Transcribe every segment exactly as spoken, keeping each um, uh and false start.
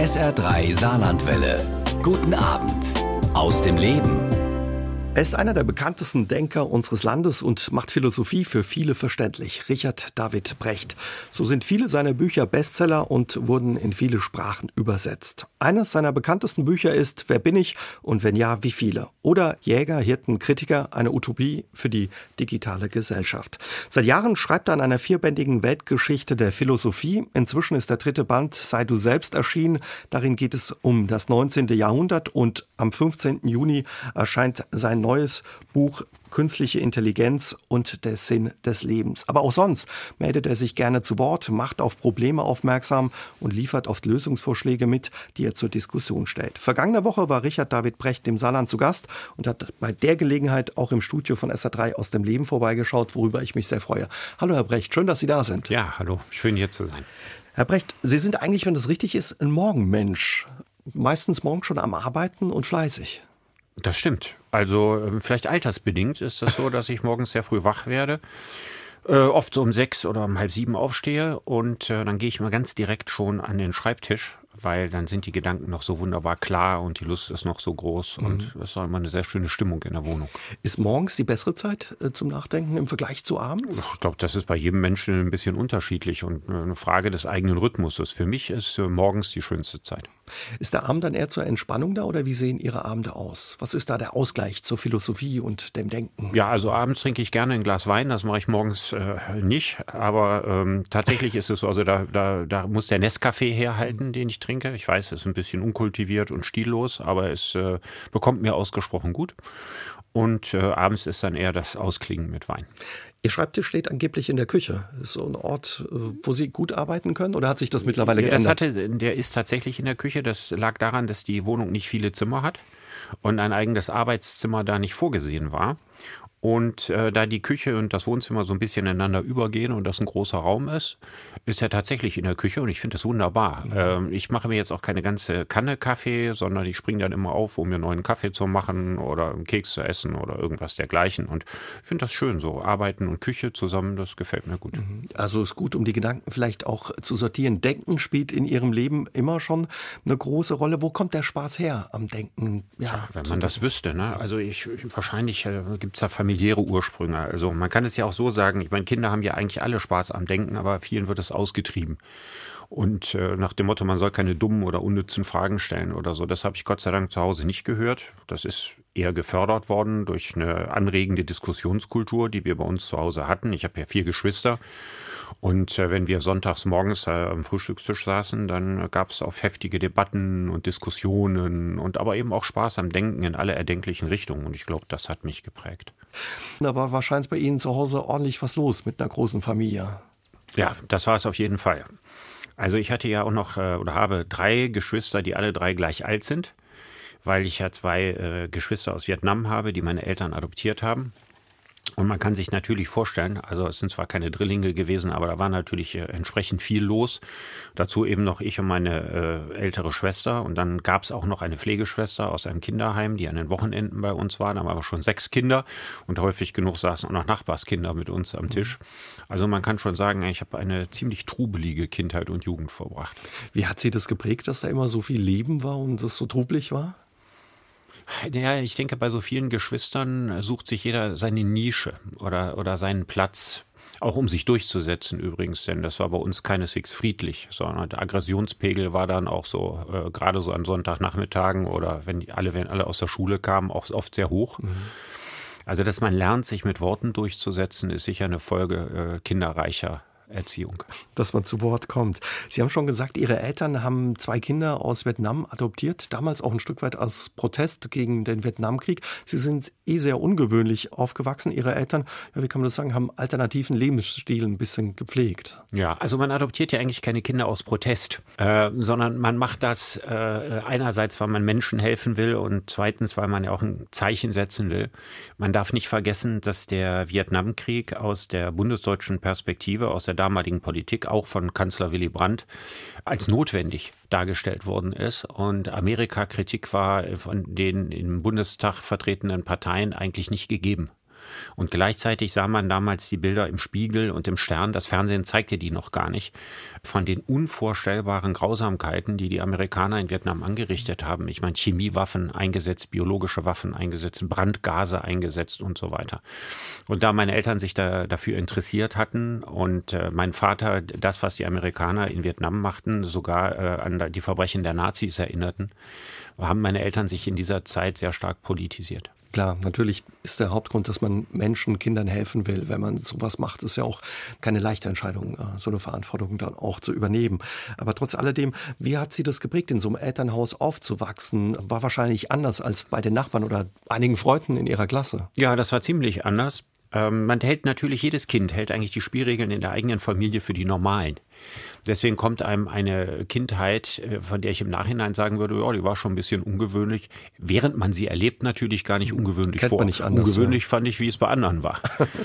S R drei Saarlandwelle. Guten Abend aus dem Leben. Er ist einer der bekanntesten Denker unseres Landes und macht Philosophie für viele verständlich. Richard David Brecht. So sind viele seiner Bücher Bestseller und wurden in viele Sprachen übersetzt. Eines seiner bekanntesten Bücher ist Wer bin ich und wenn ja, wie viele? Oder Jäger, Hirten, Kritiker, eine Utopie für die digitale Gesellschaft. Seit Jahren schreibt er an einer vierbändigen Weltgeschichte der Philosophie. Inzwischen ist der dritte Band Sei du selbst erschienen. Darin geht es um das neunzehnte Jahrhundert und am fünfzehnten Juni erscheint sein neues Buch Künstliche Intelligenz und der Sinn des Lebens. Aber auch sonst meldet er sich gerne zu Wort, macht auf Probleme aufmerksam und liefert oft Lösungsvorschläge mit, die er zur Diskussion stellt. Vergangene Woche war Richard David Brecht im Saarland zu Gast und hat bei der Gelegenheit auch im Studio von S R drei aus dem Leben vorbeigeschaut, worüber ich mich sehr freue. Hallo Herr Brecht, schön, dass Sie da sind. Ja, hallo, schön hier zu sein. Herr Brecht, Sie sind eigentlich, wenn das richtig ist, ein Morgenmensch. Meistens morgens schon am Arbeiten und fleißig. Das stimmt. Also vielleicht altersbedingt ist das so, dass ich morgens sehr früh wach werde. Äh, oft so um sechs oder um halb sieben aufstehe und äh, dann gehe ich mal ganz direkt schon an den Schreibtisch, weil dann sind die Gedanken noch so wunderbar klar und die Lust ist noch so groß mhm. und es ist auch immer eine sehr schöne Stimmung in der Wohnung. Ist morgens die bessere Zeit äh, zum Nachdenken im Vergleich zu abends? Ich glaube, das ist bei jedem Menschen ein bisschen unterschiedlich und eine Frage des eigenen Rhythmuses. Für mich ist äh, morgens die schönste Zeit. Ist der Abend dann eher zur Entspannung da oder wie sehen Ihre Abende aus? Was ist da der Ausgleich zur Philosophie und dem Denken? Ja, also abends trinke ich gerne ein Glas Wein, das mache ich morgens äh, nicht, aber ähm, tatsächlich ist es so, also da, da, da muss der Nescafé herhalten, den ich trinke. Ich weiß, es ist ein bisschen unkultiviert und stillos, aber es äh, bekommt mir ausgesprochen gut. Und äh, abends ist dann eher das Ausklingen mit Wein. Ihr Schreibtisch steht angeblich in der Küche. Ist so ein Ort, wo Sie gut arbeiten können? Oder hat sich das mittlerweile ja, geändert? Das hatte, der ist tatsächlich in der Küche. Das lag daran, dass die Wohnung nicht viele Zimmer hat und ein eigenes Arbeitszimmer da nicht vorgesehen war. Und äh, da die Küche und das Wohnzimmer so ein bisschen ineinander übergehen und das ein großer Raum ist, ist er tatsächlich in der Küche und ich finde das wunderbar. Ja. Ähm, ich mache mir jetzt auch keine ganze Kanne Kaffee, sondern ich springe dann immer auf, um mir neuen Kaffee zu machen oder einen Keks zu essen oder irgendwas dergleichen. Und ich finde das schön so. Arbeiten und Küche zusammen, das gefällt mir gut. Also ist gut, um die Gedanken vielleicht auch zu sortieren. Denken spielt in Ihrem Leben immer schon eine große Rolle. Wo kommt der Spaß her am Denken? Ja, ja, wenn man das wüsste, ne? Also ich, wahrscheinlich äh, gibt es da Familie Ursprünge. Also man kann es ja auch so sagen, ich meine, Kinder haben ja eigentlich alle Spaß am Denken, aber vielen wird es ausgetrieben. Und äh, nach dem Motto, man soll keine dummen oder unnützen Fragen stellen oder so, das habe ich Gott sei Dank zu Hause nicht gehört. Das ist eher gefördert worden durch eine anregende Diskussionskultur, die wir bei uns zu Hause hatten. Ich habe ja vier Geschwister. Und äh, wenn wir sonntags morgens äh, am Frühstückstisch saßen, dann gab es auch heftige Debatten und Diskussionen und aber eben auch Spaß am Denken in alle erdenklichen Richtungen. Und ich glaube, das hat mich geprägt. Da war wahrscheinlich bei Ihnen zu Hause ordentlich was los mit einer großen Familie. Ja, das war es auf jeden Fall. Also ich hatte ja auch noch äh, oder habe drei Geschwister, die alle drei gleich alt sind, weil ich ja zwei äh, Geschwister aus Vietnam habe, die meine Eltern adoptiert haben. Und man kann sich natürlich vorstellen, also es sind zwar keine Drillinge gewesen, aber da war natürlich äh, entsprechend viel los. Dazu eben noch ich und meine äh, ältere Schwester. Und dann gab es auch noch eine Pflegeschwester aus einem Kinderheim, die an den Wochenenden bei uns war. Da haben wir aber schon sechs Kinder und häufig genug saßen auch noch Nachbarskinder mit uns am Tisch. Also man kann schon sagen, ich habe eine ziemlich trubelige Kindheit und Jugend verbracht. Wie hat Sie das geprägt, dass da immer so viel Leben war und das so trubelig war? Ja, ich denke, bei so vielen Geschwistern sucht sich jeder seine Nische oder, oder seinen Platz, auch um sich durchzusetzen übrigens, denn das war bei uns keineswegs friedlich, sondern der Aggressionspegel war dann auch so, äh, gerade so an Sonntagnachmittagen oder wenn die alle, wenn alle aus der Schule kamen, auch oft sehr hoch. Mhm. Also, dass man lernt, sich mit Worten durchzusetzen, ist sicher eine Folge äh, kinderreicher Erziehung. Dass man zu Wort kommt. Sie haben schon gesagt, Ihre Eltern haben zwei Kinder aus Vietnam adoptiert, damals auch ein Stück weit aus Protest gegen den Vietnamkrieg. Sie sind eh sehr ungewöhnlich aufgewachsen. Ihre Eltern, ja, wie kann man das sagen, haben alternativen Lebensstil ein bisschen gepflegt. Ja, also man adoptiert ja eigentlich keine Kinder aus Protest, äh, sondern man macht das äh, einerseits, weil man Menschen helfen will und zweitens, weil man ja auch ein Zeichen setzen will. Man darf nicht vergessen, dass der Vietnamkrieg aus der bundesdeutschen Perspektive, aus der damaligen Politik, auch von Kanzler Willy Brandt, als notwendig dargestellt worden ist. Und Amerika-Kritik war von den im Bundestag vertretenen Parteien eigentlich nicht gegeben. Und gleichzeitig sah man damals die Bilder im Spiegel und im Stern, das Fernsehen zeigte die noch gar nicht, von den unvorstellbaren Grausamkeiten, die die Amerikaner in Vietnam angerichtet haben. Ich meine, Chemiewaffen eingesetzt, biologische Waffen eingesetzt, Brandgase eingesetzt und so weiter. Und da meine Eltern sich da, dafür interessiert hatten und äh, mein Vater das, was die Amerikaner in Vietnam machten, sogar äh, an die Verbrechen der Nazis erinnerten, haben meine Eltern sich in dieser Zeit sehr stark politisiert. Klar, natürlich ist der Hauptgrund, dass man Menschen, Kindern helfen will. Wenn man sowas macht, ist ja auch keine leichte Entscheidung, so eine Verantwortung dann auch zu übernehmen. Aber trotz alledem, wie hat Sie das geprägt, in so einem Elternhaus aufzuwachsen? War wahrscheinlich anders als bei den Nachbarn oder einigen Freunden in Ihrer Klasse. Ja, das war ziemlich anders. Ähm, man hält natürlich, jedes Kind hält eigentlich die Spielregeln in der eigenen Familie für die normalen. Deswegen kommt einem eine Kindheit, von der ich im Nachhinein sagen würde, ja, die war schon ein bisschen ungewöhnlich, während man sie erlebt, natürlich gar nicht ungewöhnlich Kennt vor. Man nicht anders, ungewöhnlich ja. Fand ich, wie es bei anderen war.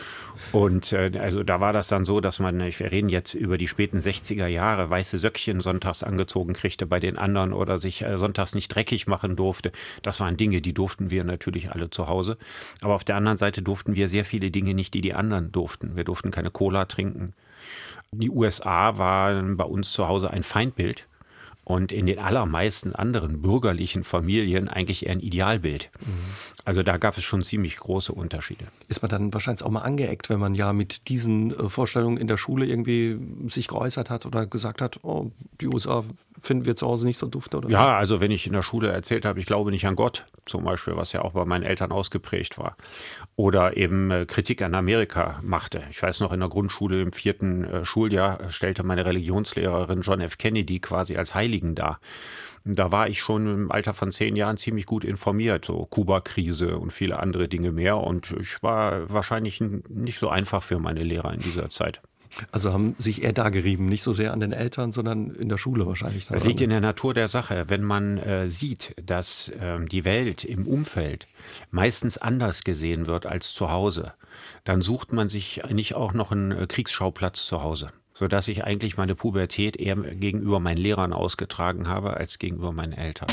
Und äh, also da war das dann so, dass man, wir reden jetzt über die späten sechziger Jahre, weiße Söckchen sonntags angezogen kriegte bei den anderen oder sich äh, sonntags nicht dreckig machen durfte. Das waren Dinge, die durften wir natürlich alle zu Hause. Aber auf der anderen Seite durften wir sehr viele Dinge nicht, die die anderen durften. Wir durften keine Cola trinken. Die U S A waren bei uns zu Hause ein Feindbild und in den allermeisten anderen bürgerlichen Familien eigentlich eher ein Idealbild. Mhm. Also da gab es schon ziemlich große Unterschiede. Ist man dann wahrscheinlich auch mal angeeckt, wenn man ja mit diesen äh, Vorstellungen in der Schule irgendwie sich geäußert hat oder gesagt hat, oh, die U S A finden wir zu Hause nicht so dufte? Oder ja, also wenn ich in der Schule erzählt habe, ich glaube nicht an Gott zum Beispiel, was ja auch bei meinen Eltern ausgeprägt war. Oder eben äh, Kritik an Amerika machte. Ich weiß noch, in der Grundschule im vierten äh, Schuljahr stellte meine Religionslehrerin John F. Kennedy quasi als Heiligen dar. Da war ich schon im Alter von zehn Jahren ziemlich gut informiert, so Kuba-Krise und viele andere Dinge mehr. Und ich war wahrscheinlich nicht so einfach für meine Lehrer in dieser Zeit. Also haben sich eher da gerieben, nicht so sehr an den Eltern, sondern in der Schule wahrscheinlich. Das liegt in der Natur der Sache. Wenn man äh, sieht, dass äh, die Welt im Umfeld meistens anders gesehen wird als zu Hause, dann sucht man sich nicht auch noch einen äh, Kriegsschauplatz zu Hause. Sodass ich eigentlich meine Pubertät eher gegenüber meinen Lehrern ausgetragen habe, als gegenüber meinen Eltern.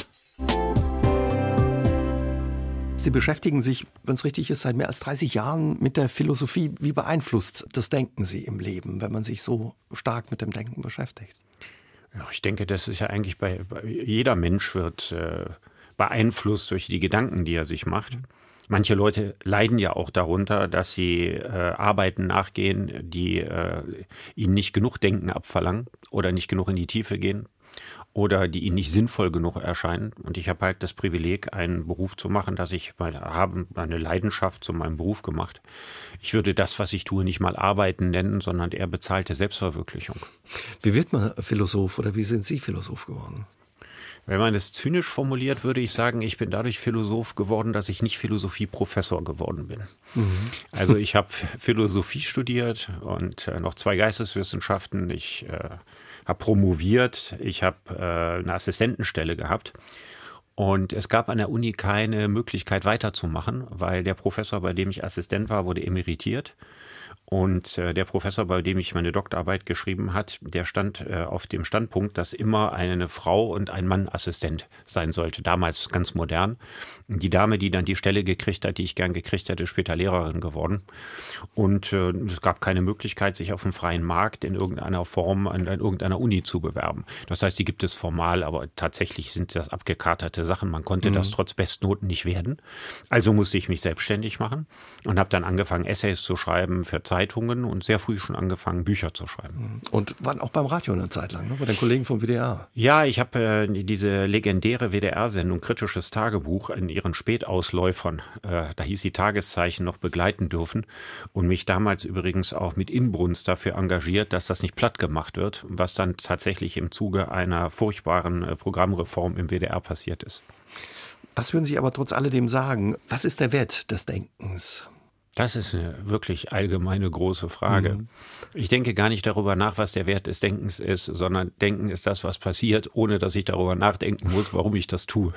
Sie beschäftigen sich, wenn es richtig ist, seit mehr als dreißig Jahren mit der Philosophie. Wie beeinflusst das Denken Sie im Leben, wenn man sich so stark mit dem Denken beschäftigt? Ja, ich denke, das ist ja eigentlich bei, bei jeder Mensch wird äh, beeinflusst durch die Gedanken, die er sich macht. Manche Leute leiden ja auch darunter, dass sie äh, Arbeiten nachgehen, die äh, ihnen nicht genug Denken abverlangen oder nicht genug in die Tiefe gehen oder die ihnen nicht sinnvoll genug erscheinen. Und ich habe halt das Privileg, einen Beruf zu machen, dass ich meine, habe eine Leidenschaft zu meinem Beruf gemacht. Ich würde das, was ich tue, nicht mal Arbeiten nennen, sondern eher bezahlte Selbstverwirklichung. Wie wird man Philosoph oder wie sind Sie Philosoph geworden? Wenn man es zynisch formuliert, würde ich sagen, ich bin dadurch Philosoph geworden, dass ich nicht Philosophieprofessor geworden bin. Mhm. Also ich habe Philosophie studiert und äh, noch zwei Geisteswissenschaften. Ich äh, habe promoviert, ich habe äh, eine Assistentenstelle gehabt. Und es gab an der Uni keine Möglichkeit weiterzumachen, weil der Professor, bei dem ich Assistent war, wurde emeritiert. Und äh, der Professor, bei dem ich meine Doktorarbeit geschrieben hat, der stand äh, auf dem Standpunkt, dass immer eine Frau und ein Mann Assistent sein sollte. Damals ganz modern. Die Dame, die dann die Stelle gekriegt hat, die ich gern gekriegt hätte, ist später Lehrerin geworden. Und äh, es gab keine Möglichkeit, sich auf dem freien Markt in irgendeiner Form an, an irgendeiner Uni zu bewerben. Das heißt, die gibt es formal, aber tatsächlich sind das abgekartete Sachen. Man konnte mhm. das trotz Bestnoten nicht werden. Also musste ich mich selbstständig machen und habe dann angefangen, Essays zu schreiben für Zeitungen und sehr früh schon angefangen, Bücher zu schreiben. Und waren auch beim Radio eine Zeit lang, ne? Bei den Kollegen vom W D R. Ja, ich habe äh, diese legendäre W D R-Sendung Kritisches Tagebuch in ihren Spätausläufern, äh, da hieß die Tageszeichen, noch begleiten dürfen und mich damals übrigens auch mit Inbrunst dafür engagiert, dass das nicht platt gemacht wird, was dann tatsächlich im Zuge einer furchtbaren äh, Programmreform im W D R passiert ist. Was würden Sie aber trotz alledem sagen, was ist der Wert des Denkens? Das ist eine wirklich allgemeine große Frage. Mhm. Ich denke gar nicht darüber nach, was der Wert des Denkens ist, sondern Denken ist das, was passiert, ohne dass ich darüber nachdenken muss, warum ich das tue.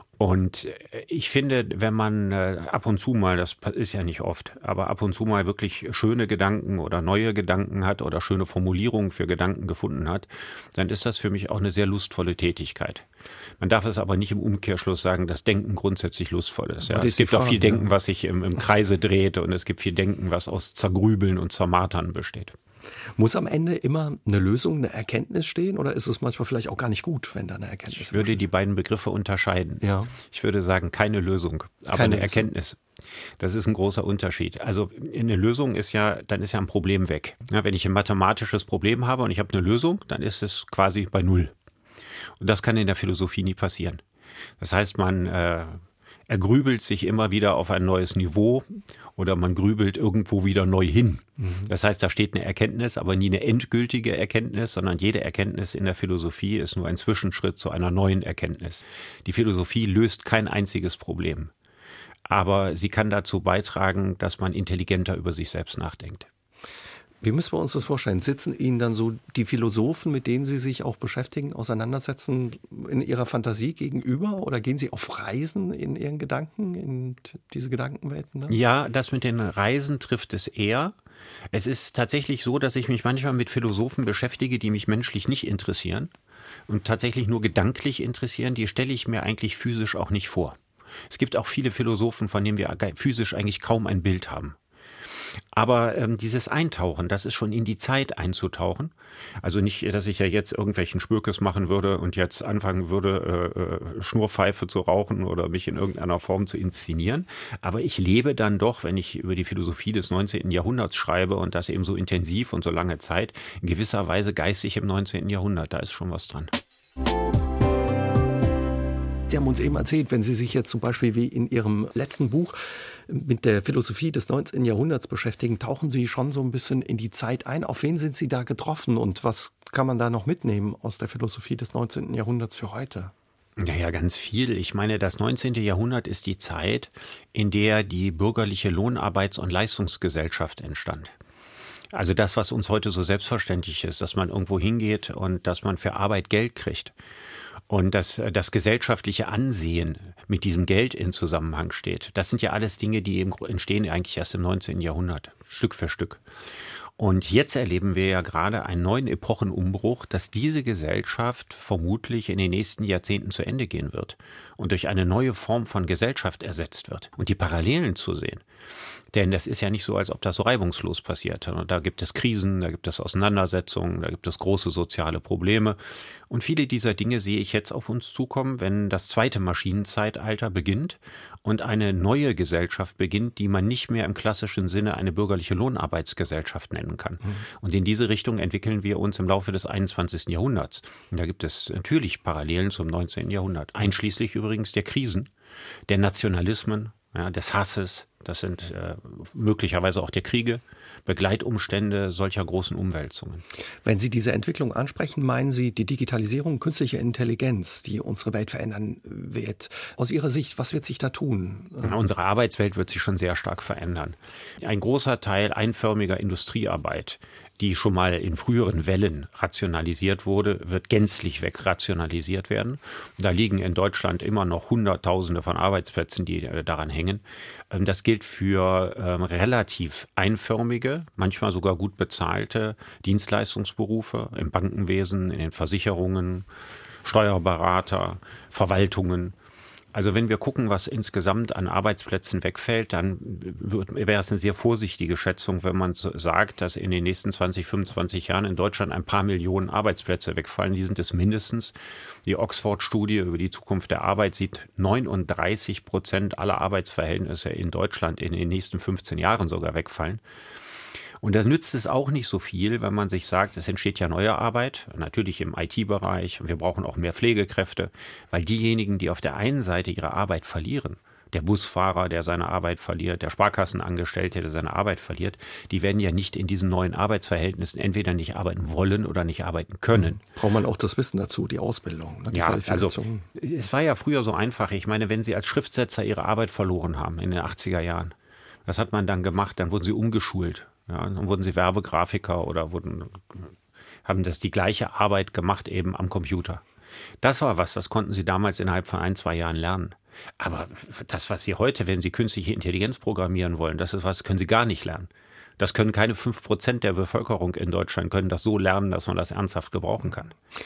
Und ich finde, wenn man ab und zu mal, das ist ja nicht oft, aber ab und zu mal wirklich schöne Gedanken oder neue Gedanken hat oder schöne Formulierungen für Gedanken gefunden hat, dann ist das für mich auch eine sehr lustvolle Tätigkeit. Man darf es aber nicht im Umkehrschluss sagen, dass Denken grundsätzlich lustvoll ist. Ja. Das Es ist die gibt auch Frage, viel Denken, ja. was sich im, im Kreise dreht und es gibt viel Denken, was aus Zergrübeln und Zermartern besteht. Muss am Ende immer eine Lösung, eine Erkenntnis stehen oder ist es manchmal vielleicht auch gar nicht gut, wenn da eine Erkenntnis Ich würde die beiden Begriffe unterscheiden. Ja. Ich würde sagen, keine Lösung, aber Keine eine Lösung. Erkenntnis. Das ist ein großer Unterschied. Also eine Lösung ist ja, dann ist ja ein Problem weg. Ja, wenn ich ein mathematisches Problem habe und ich habe eine Lösung, dann ist es quasi bei Null. Und das kann in der Philosophie nie passieren. Das heißt, man äh, ergrübelt sich immer wieder auf ein neues Niveau oder man grübelt irgendwo wieder neu hin. Mhm. Das heißt, da steht eine Erkenntnis, aber nie eine endgültige Erkenntnis, sondern jede Erkenntnis in der Philosophie ist nur ein Zwischenschritt zu einer neuen Erkenntnis. Die Philosophie löst kein einziges Problem, aber sie kann dazu beitragen, dass man intelligenter über sich selbst nachdenkt. Wie müssen wir uns das vorstellen? Sitzen Ihnen dann so die Philosophen, mit denen Sie sich auch beschäftigen, auseinandersetzen, in Ihrer Fantasie gegenüber? Oder gehen Sie auf Reisen in Ihren Gedanken, in diese Gedankenwelten? Dann? Ja, das mit den Reisen trifft es eher. Es ist tatsächlich so, dass ich mich manchmal mit Philosophen beschäftige, die mich menschlich nicht interessieren und tatsächlich nur gedanklich interessieren. Die stelle ich mir eigentlich physisch auch nicht vor. Es gibt auch viele Philosophen, von denen wir physisch eigentlich kaum ein Bild haben. Aber ähm, dieses Eintauchen, das ist schon in die Zeit einzutauchen. Also nicht, dass ich ja jetzt irgendwelchen Spürkes machen würde und jetzt anfangen würde, äh, Schnurpfeife zu rauchen oder mich in irgendeiner Form zu inszenieren. Aber ich lebe dann doch, wenn ich über die Philosophie des neunzehnten Jahrhunderts schreibe und das eben so intensiv und so lange Zeit, in gewisser Weise geistig im neunzehnten Jahrhundert. Da ist schon was dran. Sie haben uns eben erzählt, wenn Sie sich jetzt zum Beispiel wie in Ihrem letzten Buch mit der Philosophie des neunzehnten Jahrhunderts beschäftigen, tauchen Sie schon so ein bisschen in die Zeit ein. Auf wen sind Sie da getroffen und was kann man da noch mitnehmen aus der Philosophie des neunzehnten Jahrhunderts für heute? Naja, ganz viel. Ich meine, das neunzehnte Jahrhundert ist die Zeit, in der die bürgerliche Lohnarbeits- und Leistungsgesellschaft entstand. Also das, was uns heute so selbstverständlich ist, dass man irgendwo hingeht und dass man für Arbeit Geld kriegt. Und dass das gesellschaftliche Ansehen mit diesem Geld in Zusammenhang steht. Das sind ja alles Dinge, die eben entstehen eigentlich erst im neunzehnten Jahrhundert, Stück für Stück. Und jetzt erleben wir ja gerade einen neuen Epochenumbruch, dass diese Gesellschaft vermutlich in den nächsten Jahrzehnten zu Ende gehen wird und durch eine neue Form von Gesellschaft ersetzt wird. Und die Parallelen zu sehen. Denn das ist ja nicht so, als ob das so reibungslos passiert. Da gibt es Krisen, da gibt es Auseinandersetzungen, da gibt es große soziale Probleme. Und viele dieser Dinge sehe ich jetzt auf uns zukommen, wenn das zweite Maschinenzeitalter beginnt und eine neue Gesellschaft beginnt, die man nicht mehr im klassischen Sinne eine bürgerliche Lohnarbeitsgesellschaft nennen kann. Mhm. Und in diese Richtung entwickeln wir uns im Laufe des einundzwanzigsten Jahrhunderts. Und da gibt es natürlich Parallelen zum neunzehnten Jahrhundert, einschließlich übrigens der Krisen, der Nationalismen, ja, des Hasses. Das sind äh, möglicherweise auch der Kriege, Begleitumstände solcher großen Umwälzungen. Wenn Sie diese Entwicklung ansprechen, meinen Sie die Digitalisierung, künstliche Intelligenz, die unsere Welt verändern wird. Aus Ihrer Sicht, was wird sich da tun? Ja, unsere Arbeitswelt wird sich schon sehr stark verändern. Ein großer Teil einförmiger Industriearbeit, die schon mal in früheren Wellen rationalisiert wurde, wird gänzlich wegrationalisiert werden. Da liegen in Deutschland immer noch Hunderttausende von Arbeitsplätzen, die daran hängen. Das gilt für ähm, relativ einförmige, manchmal sogar gut bezahlte Dienstleistungsberufe im Bankenwesen, in den Versicherungen, Steuerberater, Verwaltungen. Also wenn wir gucken, was insgesamt an Arbeitsplätzen wegfällt, dann wäre es eine sehr vorsichtige Schätzung, wenn man sagt, dass in den nächsten zwanzig, fünfundzwanzig Jahren in Deutschland ein paar Millionen Arbeitsplätze wegfallen. Die sind es mindestens. Die Oxford-Studie über die Zukunft der Arbeit sieht neununddreißig Prozent aller Arbeitsverhältnisse in Deutschland in den nächsten fünfzehn Jahren sogar wegfallen. Und da nützt es auch nicht so viel, wenn man sich sagt, es entsteht ja neue Arbeit, natürlich im I T-Bereich. Und wir brauchen auch mehr Pflegekräfte, weil diejenigen, die auf der einen Seite ihre Arbeit verlieren, der Busfahrer, der seine Arbeit verliert, der Sparkassenangestellte, der seine Arbeit verliert, die werden ja nicht in diesen neuen Arbeitsverhältnissen entweder nicht arbeiten wollen oder nicht arbeiten können. Braucht man auch das Wissen dazu, die Ausbildung, ne, die ja, Qualifikation. Also es war ja früher so einfach. Ich meine, wenn Sie als Schriftsetzer Ihre Arbeit verloren haben in den achtziger Jahren, was hat man dann gemacht? Dann wurden Sie umgeschult. Ja, dann wurden sie Werbegrafiker oder wurden, haben das die gleiche Arbeit gemacht eben am Computer. Das war was, das konnten sie damals innerhalb von ein, zwei Jahren lernen. Aber das, was sie heute, wenn sie künstliche Intelligenz programmieren wollen, das ist was, können sie gar nicht lernen. Das können keine fünf Prozent der Bevölkerung in Deutschland können das so lernen, dass man das ernsthaft gebrauchen kann.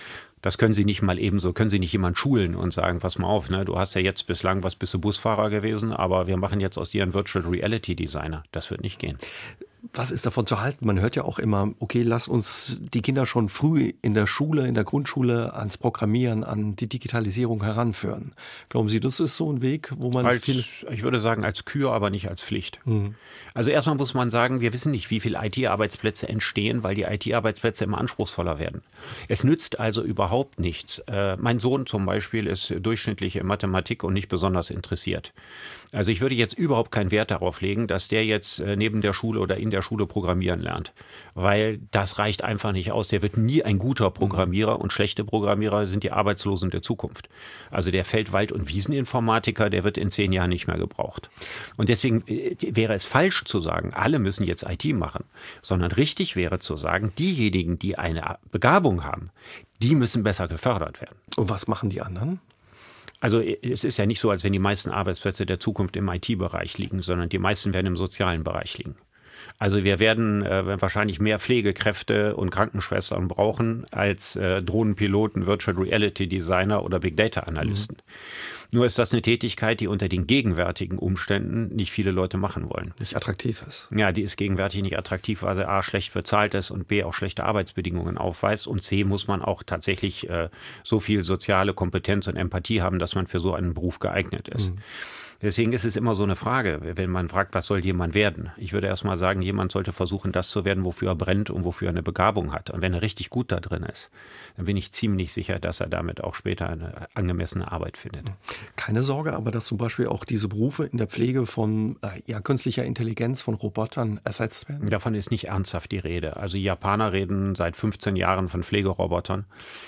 Das können Sie nicht mal ebenso, können Sie nicht jemand schulen und sagen, pass mal auf, ne, du hast ja jetzt bislang, was bist du Busfahrer gewesen, aber wir machen jetzt aus dir einen Virtual Reality Designer. Das wird nicht gehen. Was ist davon zu halten? Man hört ja auch immer, okay, lass uns die Kinder schon früh in der Schule, in der Grundschule ans Programmieren, an die Digitalisierung heranführen. Glauben Sie, das ist so ein Weg, wo man als, viel... Ich würde sagen, als Kür, aber nicht als Pflicht. Mhm. Also erstmal muss man sagen, wir wissen nicht, wie viele I T-Arbeitsplätze entstehen, weil die I T-Arbeitsplätze immer anspruchsvoller werden. Es nützt also überhaupt nichts. Äh, mein Sohn zum Beispiel ist durchschnittlich in Mathematik und nicht besonders interessiert. Also ich würde jetzt überhaupt keinen Wert darauf legen, dass der jetzt äh, neben der Schule oder in der Schule programmieren lernt, weil das reicht einfach nicht aus. Der wird nie ein guter Programmierer und schlechte Programmierer sind die Arbeitslosen der Zukunft. Also der Feld-, Wald- und Wieseninformatiker, der wird in zehn Jahren nicht mehr gebraucht. Und deswegen äh, wäre es falsch zu sagen, alle müssen jetzt I T machen, sondern richtig wäre zu sagen, diejenigen, die eine Begabung haben, die müssen besser gefördert werden. Und was machen die anderen? Also es ist ja nicht so, als wenn die meisten Arbeitsplätze der Zukunft im I T-Bereich liegen, sondern die meisten werden im sozialen Bereich liegen. Also wir werden äh, wahrscheinlich mehr Pflegekräfte und Krankenschwestern brauchen als äh, Drohnenpiloten, Virtual Reality Designer oder Big Data Analysten. Mhm. Nur ist das eine Tätigkeit, die unter den gegenwärtigen Umständen nicht viele Leute machen wollen. Nicht attraktiv ist. Ja, die ist gegenwärtig nicht attraktiv, weil sie A, schlecht bezahlt ist und B, auch schlechte Arbeitsbedingungen aufweist und C, muss man auch tatsächlich äh, so viel soziale Kompetenz und Empathie haben, dass man für so einen Beruf geeignet ist. Mhm. Deswegen ist es immer so eine Frage, wenn man fragt, was soll jemand werden? Ich würde erst mal sagen, jemand sollte versuchen, das zu werden, wofür er brennt und wofür er eine Begabung hat. Und wenn er richtig gut da drin ist, dann bin ich ziemlich sicher, dass er damit auch später eine angemessene Arbeit findet. Keine Sorge, aber dass zum Beispiel auch diese Berufe in der Pflege von äh, ja, künstlicher Intelligenz, von Robotern ersetzt werden? Davon ist nicht ernsthaft die Rede. Also die Japaner reden seit fünfzehn Jahren von Pflegerobotern.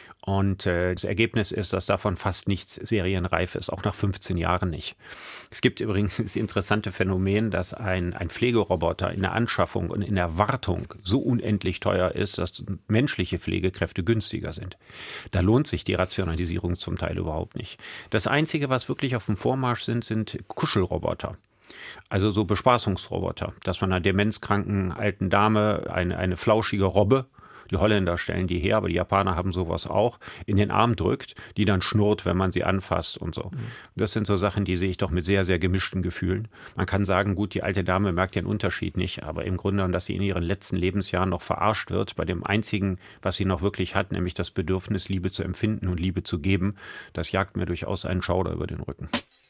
Und äh, das Ergebnis ist, dass davon fast nichts serienreif ist, auch nach fünfzehn Jahren nicht. Es gibt übrigens das interessante Phänomen, dass ein, ein Pflegeroboter in der Anschaffung und in der Wartung so unendlich teuer ist, dass menschliche Pflegekräfte günstiger sind. Da lohnt sich die Rationalisierung zum Teil überhaupt nicht. Das Einzige, was wirklich auf dem Vormarsch sind, sind Kuschelroboter. Also so Bespaßungsroboter, dass man einer demenzkranken alten Dame eine, eine flauschige Robbe, die Holländer stellen die her, aber die Japaner haben sowas auch, in den Arm drückt, die dann schnurrt, wenn man sie anfasst und so. Mhm. Das sind so Sachen, die sehe ich doch mit sehr, sehr gemischten Gefühlen. Man kann sagen, gut, die alte Dame merkt den Unterschied nicht, aber im Grunde, dass sie in ihren letzten Lebensjahren noch verarscht wird, bei dem einzigen, was sie noch wirklich hat, nämlich das Bedürfnis, Liebe zu empfinden und Liebe zu geben, das jagt mir durchaus einen Schauder über den Rücken.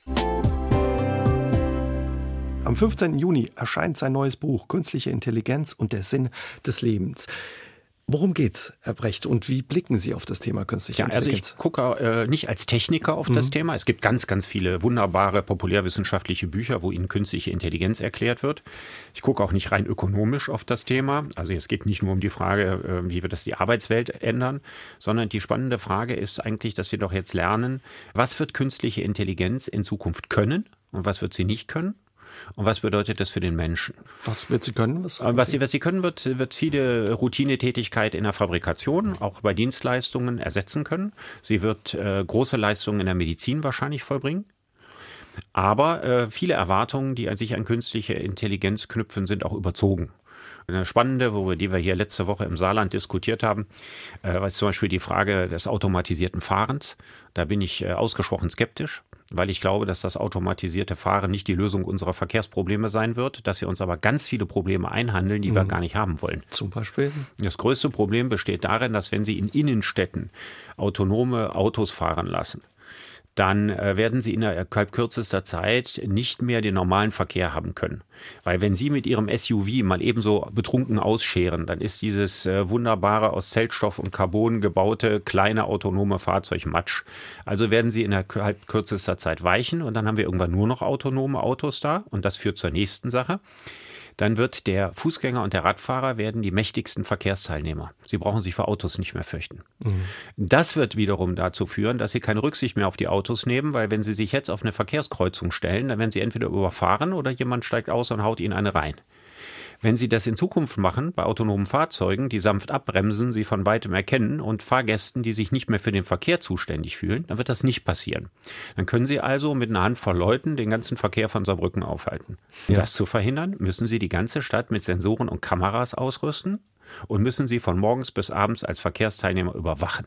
Am fünfzehnten Juni erscheint sein neues Buch Künstliche Intelligenz und der Sinn des Lebens. Worum geht's, Herr Brecht, und wie blicken Sie auf das Thema künstliche ja, Intelligenz? Also ich gucke äh, nicht als Techniker auf mhm. das Thema. Es gibt ganz, ganz viele wunderbare populärwissenschaftliche Bücher, wo Ihnen künstliche Intelligenz erklärt wird. Ich gucke auch nicht rein ökonomisch auf das Thema. Also es geht nicht nur um die Frage, äh, wie wird das die Arbeitswelt ändern, sondern die spannende Frage ist eigentlich, dass wir doch jetzt lernen, was wird künstliche Intelligenz in Zukunft können und was wird sie nicht können? Und was bedeutet das für den Menschen? Was wird sie können? Was, was, sie, was sie können, wird, wird viele Routinetätigkeit in der Fabrikation, auch bei Dienstleistungen ersetzen können. Sie wird äh, große Leistungen in der Medizin wahrscheinlich vollbringen. Aber äh, viele Erwartungen, die an sich an künstliche Intelligenz knüpfen, sind auch überzogen. Eine spannende, wo wir, die wir hier letzte Woche im Saarland diskutiert haben, äh, war zum Beispiel die Frage des automatisierten Fahrens. Da bin ich äh, ausgesprochen skeptisch, weil ich glaube, dass das automatisierte Fahren nicht die Lösung unserer Verkehrsprobleme sein wird, dass wir uns aber ganz viele Probleme einhandeln, die mhm. wir gar nicht haben wollen. Zum Beispiel? Das größte Problem besteht darin, dass wenn Sie in Innenstädten autonome Autos fahren lassen, dann äh, werden Sie innerhalb kürzester Zeit nicht mehr den normalen Verkehr haben können. Weil wenn Sie mit Ihrem S U V mal ebenso betrunken ausscheren, dann ist dieses äh, wunderbare aus Zellstoff und Carbon gebaute kleine autonome Fahrzeug Matsch. Also werden Sie innerhalb kürzester Zeit weichen und dann haben wir irgendwann nur noch autonome Autos da und das führt zur nächsten Sache. Dann wird der Fußgänger und der Radfahrer werden die mächtigsten Verkehrsteilnehmer. Sie brauchen sich vor Autos nicht mehr fürchten. Mhm. Das wird wiederum dazu führen, dass sie keine Rücksicht mehr auf die Autos nehmen, weil wenn sie sich jetzt auf eine Verkehrskreuzung stellen, dann werden sie entweder überfahren oder jemand steigt aus und haut ihnen eine rein. Wenn Sie das in Zukunft machen, bei autonomen Fahrzeugen, die sanft abbremsen, sie von weitem erkennen und Fahrgästen, die sich nicht mehr für den Verkehr zuständig fühlen, dann wird das nicht passieren. Dann können Sie also mit einer Handvoll Leuten den ganzen Verkehr von Saarbrücken aufhalten. Um ja. das zu verhindern, müssen Sie die ganze Stadt mit Sensoren und Kameras ausrüsten und müssen sie von morgens bis abends als Verkehrsteilnehmer überwachen.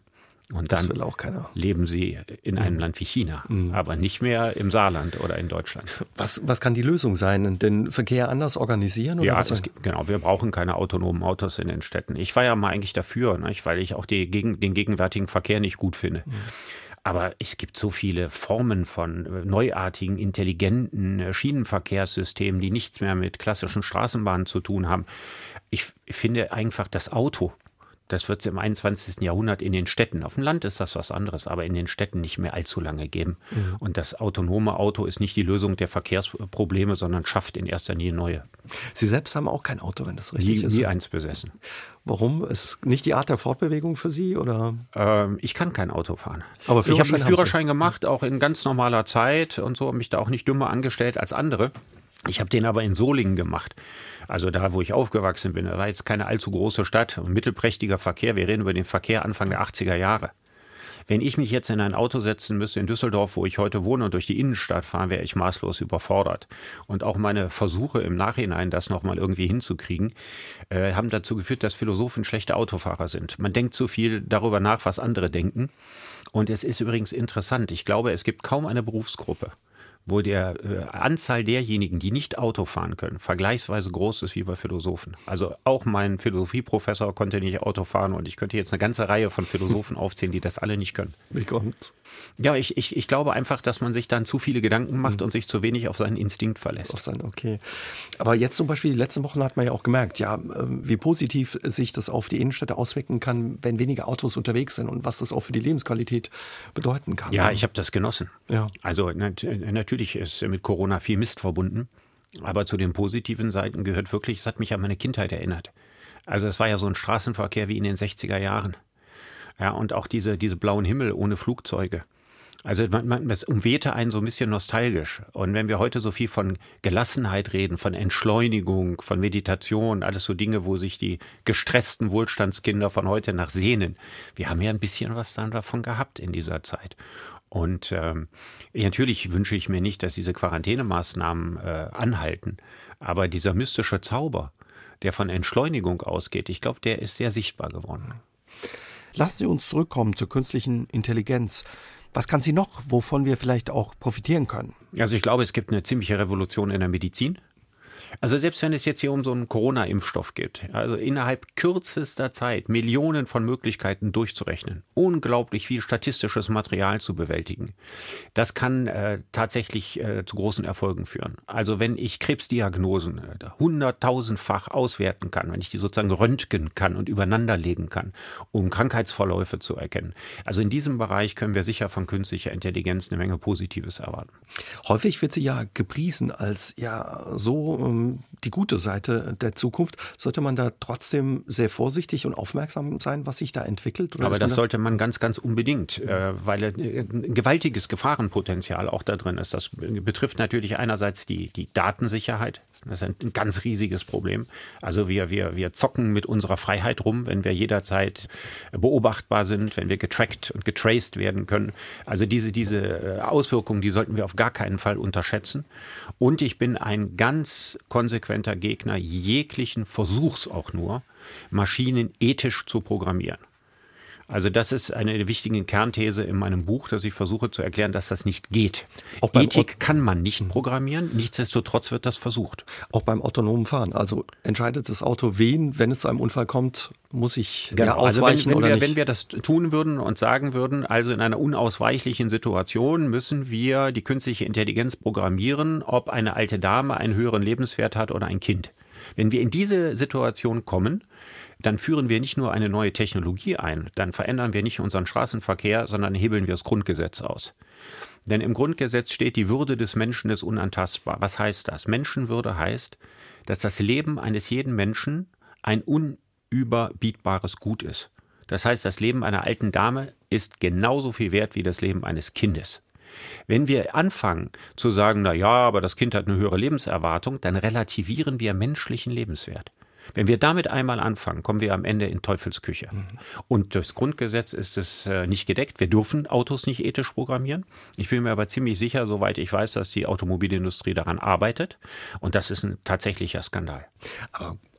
Und Das dann will auch keiner. leben sie in einem Land wie China, aber nicht mehr im Saarland oder in Deutschland. Was, was kann die Lösung sein? Den Verkehr anders organisieren? Oder Ja, was es, gibt- genau. Wir brauchen keine autonomen Autos in den Städten. Ich war ja mal eigentlich dafür, nicht, weil ich auch die, gegen, den gegenwärtigen Verkehr nicht gut finde. Aber es gibt so viele Formen von äh, neuartigen, intelligenten äh, Schienenverkehrssystemen, die nichts mehr mit klassischen Straßenbahnen zu tun haben. Ich, f- finde einfach das Auto, das wird es im einundzwanzigsten Jahrhundert in den Städten, auf dem Land ist das was anderes, aber in den Städten nicht mehr allzu lange geben. Und das autonome Auto ist nicht die Lösung der Verkehrsprobleme, sondern schafft in erster Linie neue. Sie selbst haben auch kein Auto, wenn das Nie, richtig ist. nie eins besessen. Warum? Ist nicht die Art der Fortbewegung für Sie? Oder? Ähm, ich kann kein Auto fahren. Aber ich habe Führerschein einen haben Sie? Führerschein gemacht, auch in ganz normaler Zeit und so, habe mich da auch nicht dümmer angestellt als andere. Ich habe den aber in Solingen gemacht. Also da, wo ich aufgewachsen bin. Das war jetzt keine allzu große Stadt, ein mittelprächtiger Verkehr. Wir reden über den Verkehr Anfang der achtziger Jahre. Wenn ich mich jetzt in ein Auto setzen müsste in Düsseldorf, wo ich heute wohne und durch die Innenstadt fahren, wäre ich maßlos überfordert. Und auch meine Versuche im Nachhinein, das nochmal irgendwie hinzukriegen, äh, haben dazu geführt, dass Philosophen schlechte Autofahrer sind. Man denkt zu viel darüber nach, was andere denken. Und es ist übrigens interessant. Ich glaube, es gibt kaum eine Berufsgruppe, wo der äh, Anzahl derjenigen, die nicht Auto fahren können, vergleichsweise groß ist wie bei Philosophen. Also auch mein Philosophieprofessor konnte nicht Auto fahren und ich könnte jetzt eine ganze Reihe von Philosophen aufzählen, die das alle nicht können. Wie kommt's? Ja, ich, ich, ich glaube einfach, dass man sich dann zu viele Gedanken macht und sich zu wenig auf seinen Instinkt verlässt. Auf sein, okay. Aber jetzt zum Beispiel, die letzten Wochen hat man ja auch gemerkt, ja, äh, wie positiv sich das auf die Innenstädte auswirken kann, wenn weniger Autos unterwegs sind und was das auch für die Lebensqualität bedeuten kann. Ja, ich habe das genossen. Ja. Also nat natürlich ist mit Corona viel Mist verbunden, aber zu den positiven Seiten gehört wirklich, es hat mich an meine Kindheit erinnert. Also es war ja so ein Straßenverkehr wie in den sechziger Jahren. Ja, und auch diese, diese blauen Himmel ohne Flugzeuge. Also man, man, es umwehte einen so ein bisschen nostalgisch. Und wenn wir heute so viel von Gelassenheit reden, von Entschleunigung, von Meditation, alles so Dinge, wo sich die gestressten Wohlstandskinder von heute nach sehnen. Wir haben ja ein bisschen was dann davon gehabt in dieser Zeit. Und ähm, natürlich wünsche ich mir nicht, dass diese Quarantänemaßnahmen äh, anhalten. Aber dieser mystische Zauber, der von Entschleunigung ausgeht, ich glaube, der ist sehr sichtbar geworden. Lassen Sie uns zurückkommen zur künstlichen Intelligenz. Was kann sie noch, wovon wir vielleicht auch profitieren können? Also ich glaube, es gibt eine ziemliche Revolution in der Medizin. Also selbst wenn es jetzt hier um so einen Corona-Impfstoff geht, also innerhalb kürzester Zeit Millionen von Möglichkeiten durchzurechnen, unglaublich viel statistisches Material zu bewältigen, das kann äh, tatsächlich äh, zu großen Erfolgen führen. Also wenn ich Krebsdiagnosen äh, hunderttausendfach auswerten kann, wenn ich die sozusagen röntgen kann und übereinanderlegen kann, um Krankheitsverläufe zu erkennen. Also in diesem Bereich können wir sicher von künstlicher Intelligenz eine Menge Positives erwarten. Häufig wird sie ja gepriesen als ja so ähm, die gute Seite der Zukunft. Sollte man da trotzdem sehr vorsichtig und aufmerksam sein, was sich da entwickelt? Oder Aber das man da sollte man ganz, ganz unbedingt, äh, weil äh, ein gewaltiges Gefahrenpotenzial auch da drin ist. Das betrifft natürlich einerseits die, die Datensicherheit. Das ist ein ganz riesiges Problem. Also wir, wir, wir zocken mit unserer Freiheit rum, wenn wir jederzeit beobachtbar sind, wenn wir getrackt und getraced werden können. Also diese, diese Auswirkungen, die sollten wir auf gar keinen Fall unterschätzen. Und ich bin ein ganz konsequenter Gegner jeglichen Versuchs auch nur, Maschinen ethisch zu programmieren. Also das ist eine wichtige Kernthese in meinem Buch, dass ich versuche zu erklären, dass das nicht geht. Auch beim Ethik Ot- kann man nicht programmieren, nichtsdestotrotz wird das versucht. Auch beim autonomen Fahren. Also entscheidet das Auto wen, wenn es zu einem Unfall kommt, muss ich ja also ausweichen wenn, wenn oder wir, nicht? wenn wir das tun würden und sagen würden, also in einer unausweichlichen Situation müssen wir die künstliche Intelligenz programmieren, ob eine alte Dame einen höheren Lebenswert hat oder ein Kind. Wenn wir in diese Situation kommen, dann führen wir nicht nur eine neue Technologie ein, dann verändern wir nicht unseren Straßenverkehr, sondern hebeln wir das Grundgesetz aus. Denn im Grundgesetz steht, die Würde des Menschen ist unantastbar. Was heißt das? Menschenwürde heißt, dass das Leben eines jeden Menschen ein unüberbietbares Gut ist. Das heißt, das Leben einer alten Dame ist genauso viel wert wie das Leben eines Kindes. Wenn wir anfangen zu sagen, na ja, aber das Kind hat eine höhere Lebenserwartung, dann relativieren wir menschlichen Lebenswert. Wenn wir damit einmal anfangen, kommen wir am Ende in Teufelsküche. Mhm. Und das Grundgesetz ist es äh, nicht gedeckt. Wir dürfen Autos nicht ethisch programmieren. Ich bin mir aber ziemlich sicher, soweit ich weiß, dass die Automobilindustrie daran arbeitet. Und das ist ein tatsächlicher Skandal. Aber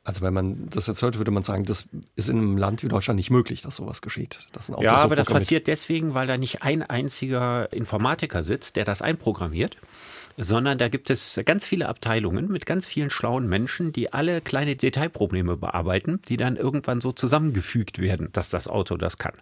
Also wenn man das jetzt hört, würde man sagen, das ist in einem Land wie Deutschland nicht möglich, dass sowas geschieht. Dass ein Auto ja, so aber das programmiert- passiert deswegen, weil da nicht ein einziger Informatiker sitzt, der das einprogrammiert, sondern da gibt es ganz viele Abteilungen mit ganz vielen schlauen Menschen, die alle kleine Detailprobleme bearbeiten, die dann irgendwann so zusammengefügt werden, dass das Auto das kann.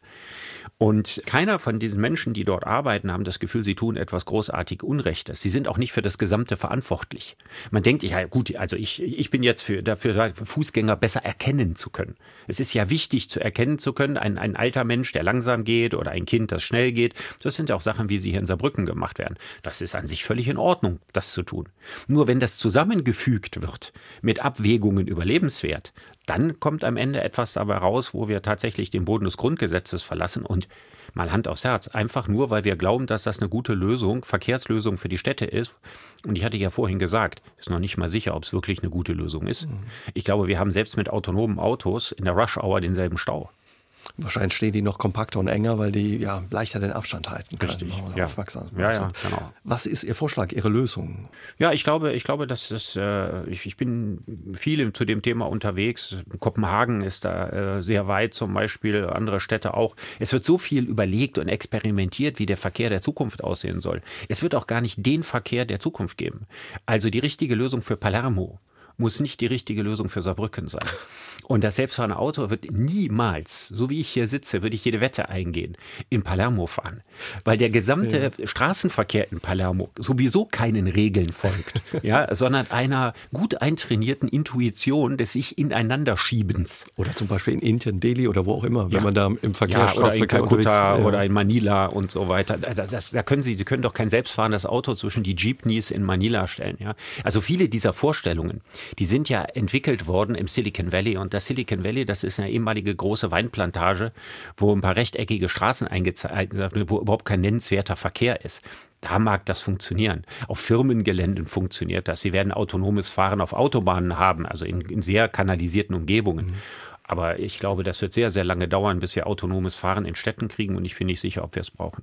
Und keiner von diesen Menschen, die dort arbeiten, haben das Gefühl, sie tun etwas großartig Unrechtes. Sie sind auch nicht für das Gesamte verantwortlich. Man denkt, ja gut, also ich, ich bin jetzt für, dafür, Fußgänger besser erkennen zu können. Es ist ja wichtig, zu erkennen zu können, ein, ein alter Mensch, der langsam geht oder ein Kind, das schnell geht. Das sind ja auch Sachen, wie sie hier in Saarbrücken gemacht werden. Das ist an sich völlig in Ordnung, das zu tun. Nur wenn das zusammengefügt wird mit Abwägungen über Lebenswert, dann kommt am Ende etwas dabei raus, wo wir tatsächlich den Boden des Grundgesetzes verlassen und mal Hand aufs Herz, einfach nur, weil wir glauben, dass das eine gute Lösung, Verkehrslösung für die Städte ist. Und ich hatte ja vorhin gesagt, ist noch nicht mal sicher, ob es wirklich eine gute Lösung ist. Mhm. Ich glaube, wir haben selbst mit autonomen Autos in der Rush-Hour denselben Stau. Wahrscheinlich stehen die noch kompakter und enger, weil die ja leichter den Abstand halten können. Richtig, oder ja. aufmerksam Ja, sind. ja, genau. Was ist Ihr Vorschlag, Ihre Lösung? Ja, ich glaube, ich glaube, dass das, äh, ich, ich bin viel zu dem Thema unterwegs. Kopenhagen ist da äh, sehr weit, zum Beispiel, andere Städte auch. Es wird so viel überlegt und experimentiert, wie der Verkehr der Zukunft aussehen soll. Es wird auch gar nicht den Verkehr der Zukunft geben. Also die richtige Lösung für Palermo muss nicht die richtige Lösung für Saarbrücken sein. Und das selbstfahrende Auto wird niemals, so wie ich hier sitze, würde ich jede Wette eingehen, in Palermo fahren. Weil der gesamte ja. Straßenverkehr in Palermo sowieso keinen Regeln folgt, ja, sondern einer gut eintrainierten Intuition des sich ineinander Schiebens. Oder zum Beispiel in Indien, Delhi oder wo auch immer, wenn ja. man da im Verkehr, ja, oder in Kalkutta ja. oder in Manila und so weiter. Das, das, da können Sie, Sie können doch kein selbstfahrendes Auto zwischen die Jeepneys in Manila stellen. Ja. Also viele dieser Vorstellungen, die sind ja entwickelt worden im Silicon Valley. Und das Silicon Valley, das ist eine ehemalige große Weinplantage, wo ein paar rechteckige Straßen eingezeichnet werden, wo überhaupt kein nennenswerter Verkehr ist. Da mag das funktionieren. Auf Firmengeländen funktioniert das. Sie werden autonomes Fahren auf Autobahnen haben, also in, in sehr kanalisierten Umgebungen. Mhm. Aber ich glaube, das wird sehr, sehr lange dauern, bis wir autonomes Fahren in Städten kriegen. Und ich bin nicht sicher, ob wir es brauchen.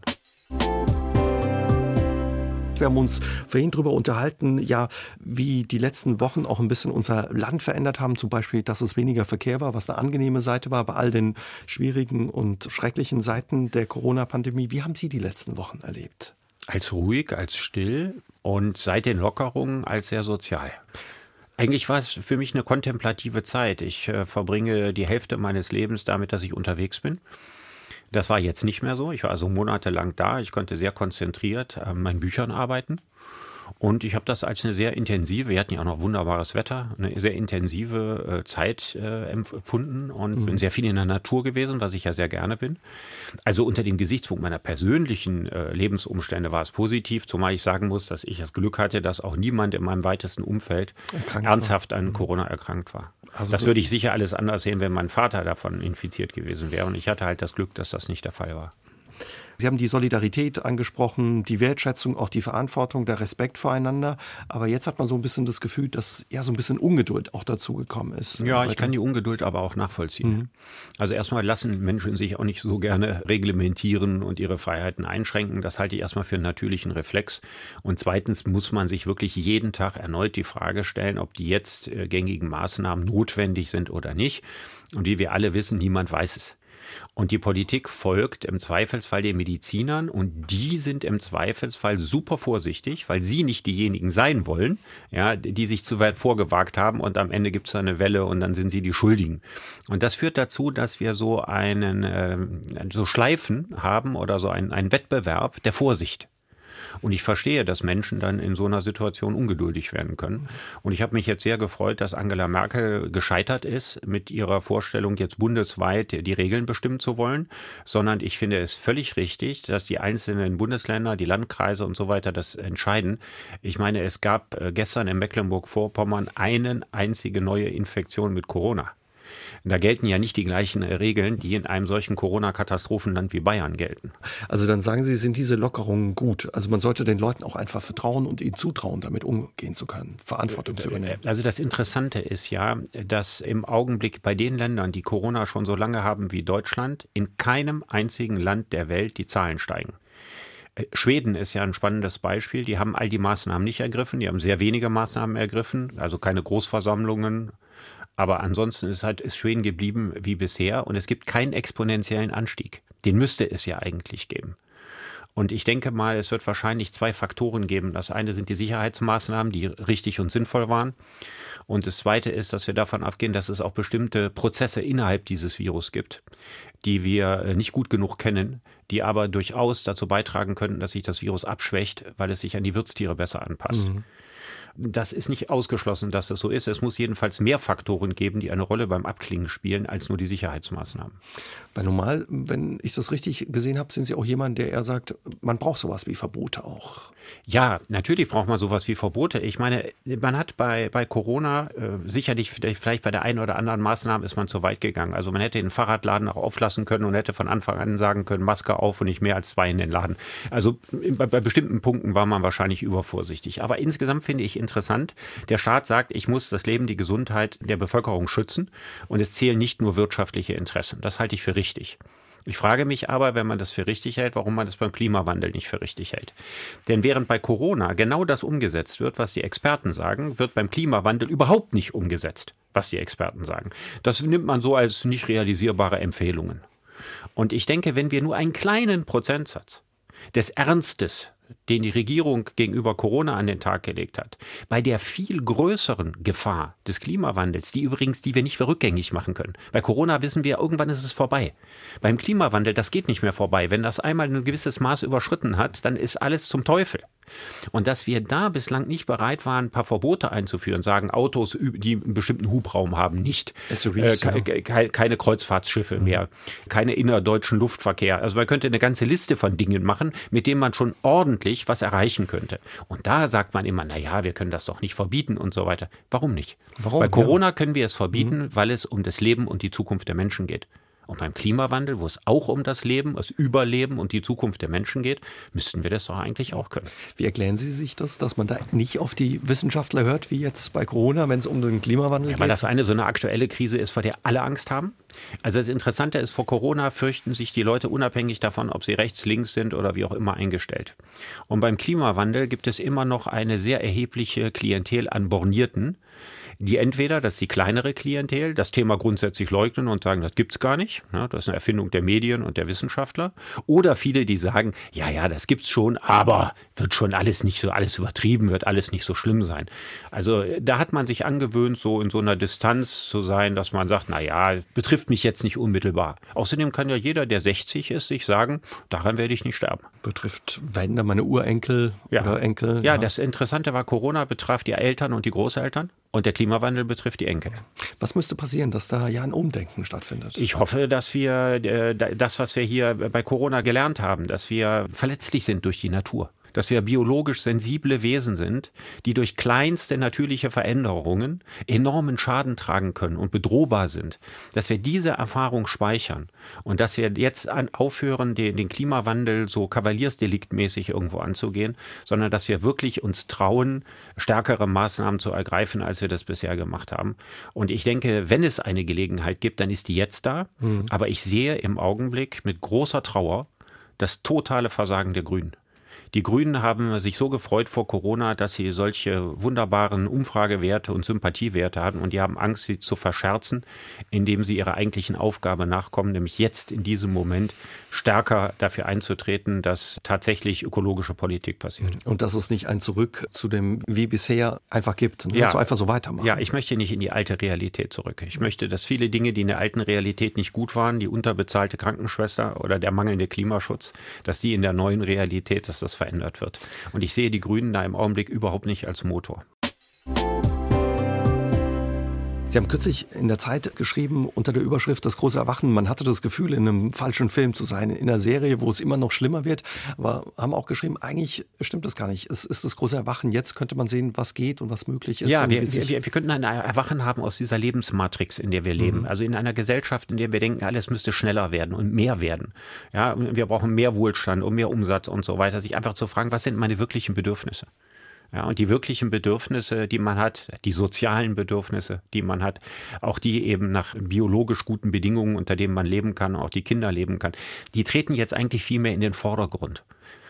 Wir haben uns vorhin darüber unterhalten, ja, wie die letzten Wochen auch ein bisschen unser Land verändert haben. Zum Beispiel, dass es weniger Verkehr war, was eine angenehme Seite war bei all den schwierigen und schrecklichen Seiten der Corona-Pandemie. Wie haben Sie die letzten Wochen erlebt? Als ruhig, als still und seit den Lockerungen als sehr sozial. Eigentlich war es für mich eine kontemplative Zeit. Ich äh, verbringe die Hälfte meines Lebens damit, dass ich unterwegs bin. Das war jetzt nicht mehr so. Ich war also monatelang da. Ich konnte sehr konzentriert an meinen Büchern arbeiten. Und ich habe das als eine sehr intensive, wir hatten ja auch noch wunderbares Wetter, eine sehr intensive äh, Zeit äh, empfunden und mhm. bin sehr viel in der Natur gewesen, was ich ja sehr gerne bin. Also unter dem Gesichtspunkt meiner persönlichen äh, Lebensumstände war es positiv, zumal ich sagen muss, dass ich das Glück hatte, dass auch niemand in meinem weitesten Umfeld erkrankt ernsthaft an Corona erkrankt war. Also das, das würde ich sicher alles anders sehen, wenn mein Vater davon infiziert gewesen wäre. Und ich hatte halt das Glück, dass das nicht der Fall war. Sie haben die Solidarität angesprochen, die Wertschätzung, auch die Verantwortung, der Respekt voreinander. Aber jetzt hat man so ein bisschen das Gefühl, dass ja so ein bisschen Ungeduld auch dazu gekommen ist. Ja, ich kann die Ungeduld aber auch nachvollziehen. Mhm. Also erstmal lassen Menschen sich auch nicht so gerne reglementieren und ihre Freiheiten einschränken. Das halte ich erstmal für einen natürlichen Reflex. Und zweitens muss man sich wirklich jeden Tag erneut die Frage stellen, ob die jetzt gängigen Maßnahmen notwendig sind oder nicht. Und wie wir alle wissen, niemand weiß es. Und die Politik folgt im Zweifelsfall den Medizinern und die sind im Zweifelsfall super vorsichtig, weil sie nicht diejenigen sein wollen, ja, die sich zu weit vorgewagt haben und am Ende gibt es eine Welle und dann sind sie die Schuldigen. Und das führt dazu, dass wir so einen äh, so Schleifen haben oder so einen, einen Wettbewerb der Vorsicht. Und ich verstehe, dass Menschen dann in so einer Situation ungeduldig werden können. Und ich habe mich jetzt sehr gefreut, dass Angela Merkel gescheitert ist mit ihrer Vorstellung, jetzt bundesweit die Regeln bestimmen zu wollen, sondern ich finde es völlig richtig, dass die einzelnen Bundesländer, die Landkreise und so weiter das entscheiden. Ich meine, es gab gestern in Mecklenburg-Vorpommern eine einzige neue Infektion mit Corona. Da gelten ja nicht die gleichen Regeln, die in einem solchen Corona-Katastrophenland wie Bayern gelten. Also dann sagen Sie, sind diese Lockerungen gut? Also man sollte den Leuten auch einfach vertrauen und ihnen zutrauen, damit umgehen zu können, Verantwortung zu übernehmen. Also das Interessante ist ja, dass im Augenblick bei den Ländern, die Corona schon so lange haben wie Deutschland, in keinem einzigen Land der Welt die Zahlen steigen. Schweden ist ja ein spannendes Beispiel. Die haben all die Maßnahmen nicht ergriffen. Die haben sehr wenige Maßnahmen ergriffen, also keine Großversammlungen. Aber ansonsten ist halt ist Schweden geblieben wie bisher und es gibt keinen exponentiellen Anstieg. Den müsste es ja eigentlich geben. Und ich denke mal, es wird wahrscheinlich zwei Faktoren geben. Das eine sind die Sicherheitsmaßnahmen, die richtig und sinnvoll waren. Und das zweite ist, dass wir davon ausgehen, dass es auch bestimmte Prozesse innerhalb dieses Virus gibt, die wir nicht gut genug kennen, die aber durchaus dazu beitragen könnten, dass sich das Virus abschwächt, weil es sich an die Wirtstiere besser anpasst. Mhm. Das ist nicht ausgeschlossen, dass das so ist. Es muss jedenfalls mehr Faktoren geben, die eine Rolle beim Abklingen spielen, als nur die Sicherheitsmaßnahmen. Weil normal, wenn ich das richtig gesehen habe, sind Sie auch jemand, der eher sagt, man braucht sowas wie Verbote auch. Ja, natürlich braucht man sowas wie Verbote. Ich meine, man hat bei, bei Corona äh, sicherlich, vielleicht, vielleicht bei der einen oder anderen Maßnahme ist man zu weit gegangen. Also man hätte den Fahrradladen auch auflassen können und hätte von Anfang an sagen können, Maske auf und nicht mehr als zwei in den Laden. Also bei, bei bestimmten Punkten war man wahrscheinlich übervorsichtig. Aber insgesamt finde ich interessant, der Staat sagt, ich muss das Leben, die Gesundheit der Bevölkerung schützen und es zählen nicht nur wirtschaftliche Interessen. Das halte ich für richtig. Ich frage mich aber, wenn man das für richtig hält, warum man das beim Klimawandel nicht für richtig hält. Denn während bei Corona genau das umgesetzt wird, was die Experten sagen, wird beim Klimawandel überhaupt nicht umgesetzt, was die Experten sagen. Das nimmt man so als nicht realisierbare Empfehlungen. Und ich denke, wenn wir nur einen kleinen Prozentsatz des Ernstes, den die Regierung gegenüber Corona an den Tag gelegt hat, bei der viel größeren Gefahr des Klimawandels, die übrigens, die wir nicht mehr rückgängig machen können. Bei Corona wissen wir, irgendwann ist es vorbei. Beim Klimawandel, das geht nicht mehr vorbei. Wenn das einmal ein gewisses Maß überschritten hat, dann ist alles zum Teufel. Und dass wir da bislang nicht bereit waren, ein paar Verbote einzuführen, sagen Autos, die einen bestimmten Hubraum haben, nicht. S U Vs, äh, ke- ke- keine Kreuzfahrtschiffe mhm. mehr, keine innerdeutschen Luftverkehr. Also man könnte eine ganze Liste von Dingen machen, mit denen man schon ordentlich was erreichen könnte. Und da sagt man immer, na ja, wir können das doch nicht verbieten und so weiter. Warum nicht? Warum? Bei Corona ja. können wir es verbieten, mhm. weil es um das Leben und die Zukunft der Menschen geht. Und beim Klimawandel, wo es auch um das Leben, das Überleben und die Zukunft der Menschen geht, müssten wir das doch eigentlich auch können. Wie erklären Sie sich das, dass man da nicht auf die Wissenschaftler hört, wie jetzt bei Corona, wenn es um den Klimawandel ja, geht? Weil das eine so eine aktuelle Krise ist, vor der alle Angst haben. Also das Interessante ist, vor Corona fürchten sich die Leute unabhängig davon, ob sie rechts, links sind oder wie auch immer eingestellt. Und beim Klimawandel gibt es immer noch eine sehr erhebliche Klientel an Bornierten, die entweder, das ist die kleinere Klientel, das Thema grundsätzlich leugnen und sagen, das gibt's gar nicht, das ist eine Erfindung der Medien und der Wissenschaftler, oder viele, die sagen, ja, ja, das gibt's schon, aber wird schon alles nicht so, alles übertrieben, wird alles nicht so schlimm sein. Also da hat man sich angewöhnt, so in so einer Distanz zu sein, dass man sagt, na ja, betrifft mich jetzt nicht unmittelbar. Außerdem kann ja jeder, der sechzig ist, sich sagen, daran werde ich nicht sterben. Betrifft, wenn dann meine Urenkel ja. oder Enkel. Ja, ja, das Interessante war, Corona betraf die Eltern und die Großeltern. Und der Klimawandel betrifft die Enkel. Was müsste passieren, dass da ja ein Umdenken stattfindet? Ich hoffe, dass wir äh, das, was wir hier bei Corona gelernt haben, dass wir verletzlich sind durch die Natur. Dass wir biologisch sensible Wesen sind, die durch kleinste natürliche Veränderungen enormen Schaden tragen können und bedrohbar sind. Dass wir diese Erfahrung speichern und dass wir jetzt an, aufhören, den, den Klimawandel so kavaliersdeliktmäßig irgendwo anzugehen, sondern dass wir wirklich uns trauen, stärkere Maßnahmen zu ergreifen, als wir das bisher gemacht haben. Und ich denke, wenn es eine Gelegenheit gibt, dann ist die jetzt da. Mhm. Aber ich sehe im Augenblick mit großer Trauer das totale Versagen der Grünen. Die Grünen haben sich so gefreut vor Corona, dass sie solche wunderbaren Umfragewerte und Sympathiewerte hatten und die haben Angst, sie zu verscherzen, indem sie ihrer eigentlichen Aufgabe nachkommen, nämlich jetzt in diesem Moment stärker dafür einzutreten, dass tatsächlich ökologische Politik passiert. Und dass es nicht ein Zurück zu dem wie bisher einfach gibt, ne? Ja. Also einfach so weitermachen. Ja, ich möchte nicht in die alte Realität zurück. Ich möchte, dass viele Dinge, die in der alten Realität nicht gut waren, die unterbezahlte Krankenschwester oder der mangelnde Klimaschutz, dass die in der neuen Realität, dass das verändert wird. Und ich sehe die Grünen da im Augenblick überhaupt nicht als Motor. Sie haben kürzlich in der Zeit geschrieben, unter der Überschrift Das große Erwachen, man hatte das Gefühl, in einem falschen Film zu sein, in einer Serie, wo es immer noch schlimmer wird. Aber haben auch geschrieben, eigentlich stimmt das gar nicht. Es ist das große Erwachen. Jetzt könnte man sehen, was geht und was möglich ist. Ja, wir, wir, wir könnten ein Erwachen haben aus dieser Lebensmatrix, in der wir leben. Mhm. Also in einer Gesellschaft, in der wir denken, alles müsste schneller werden und mehr werden. Ja, wir brauchen mehr Wohlstand und mehr Umsatz und so weiter. Sich einfach zu fragen, was sind meine wirklichen Bedürfnisse? Ja, und die wirklichen Bedürfnisse, die man hat, die sozialen Bedürfnisse, die man hat, auch die eben nach biologisch guten Bedingungen, unter denen man leben kann, auch die Kinder leben kann, die treten jetzt eigentlich viel mehr in den Vordergrund.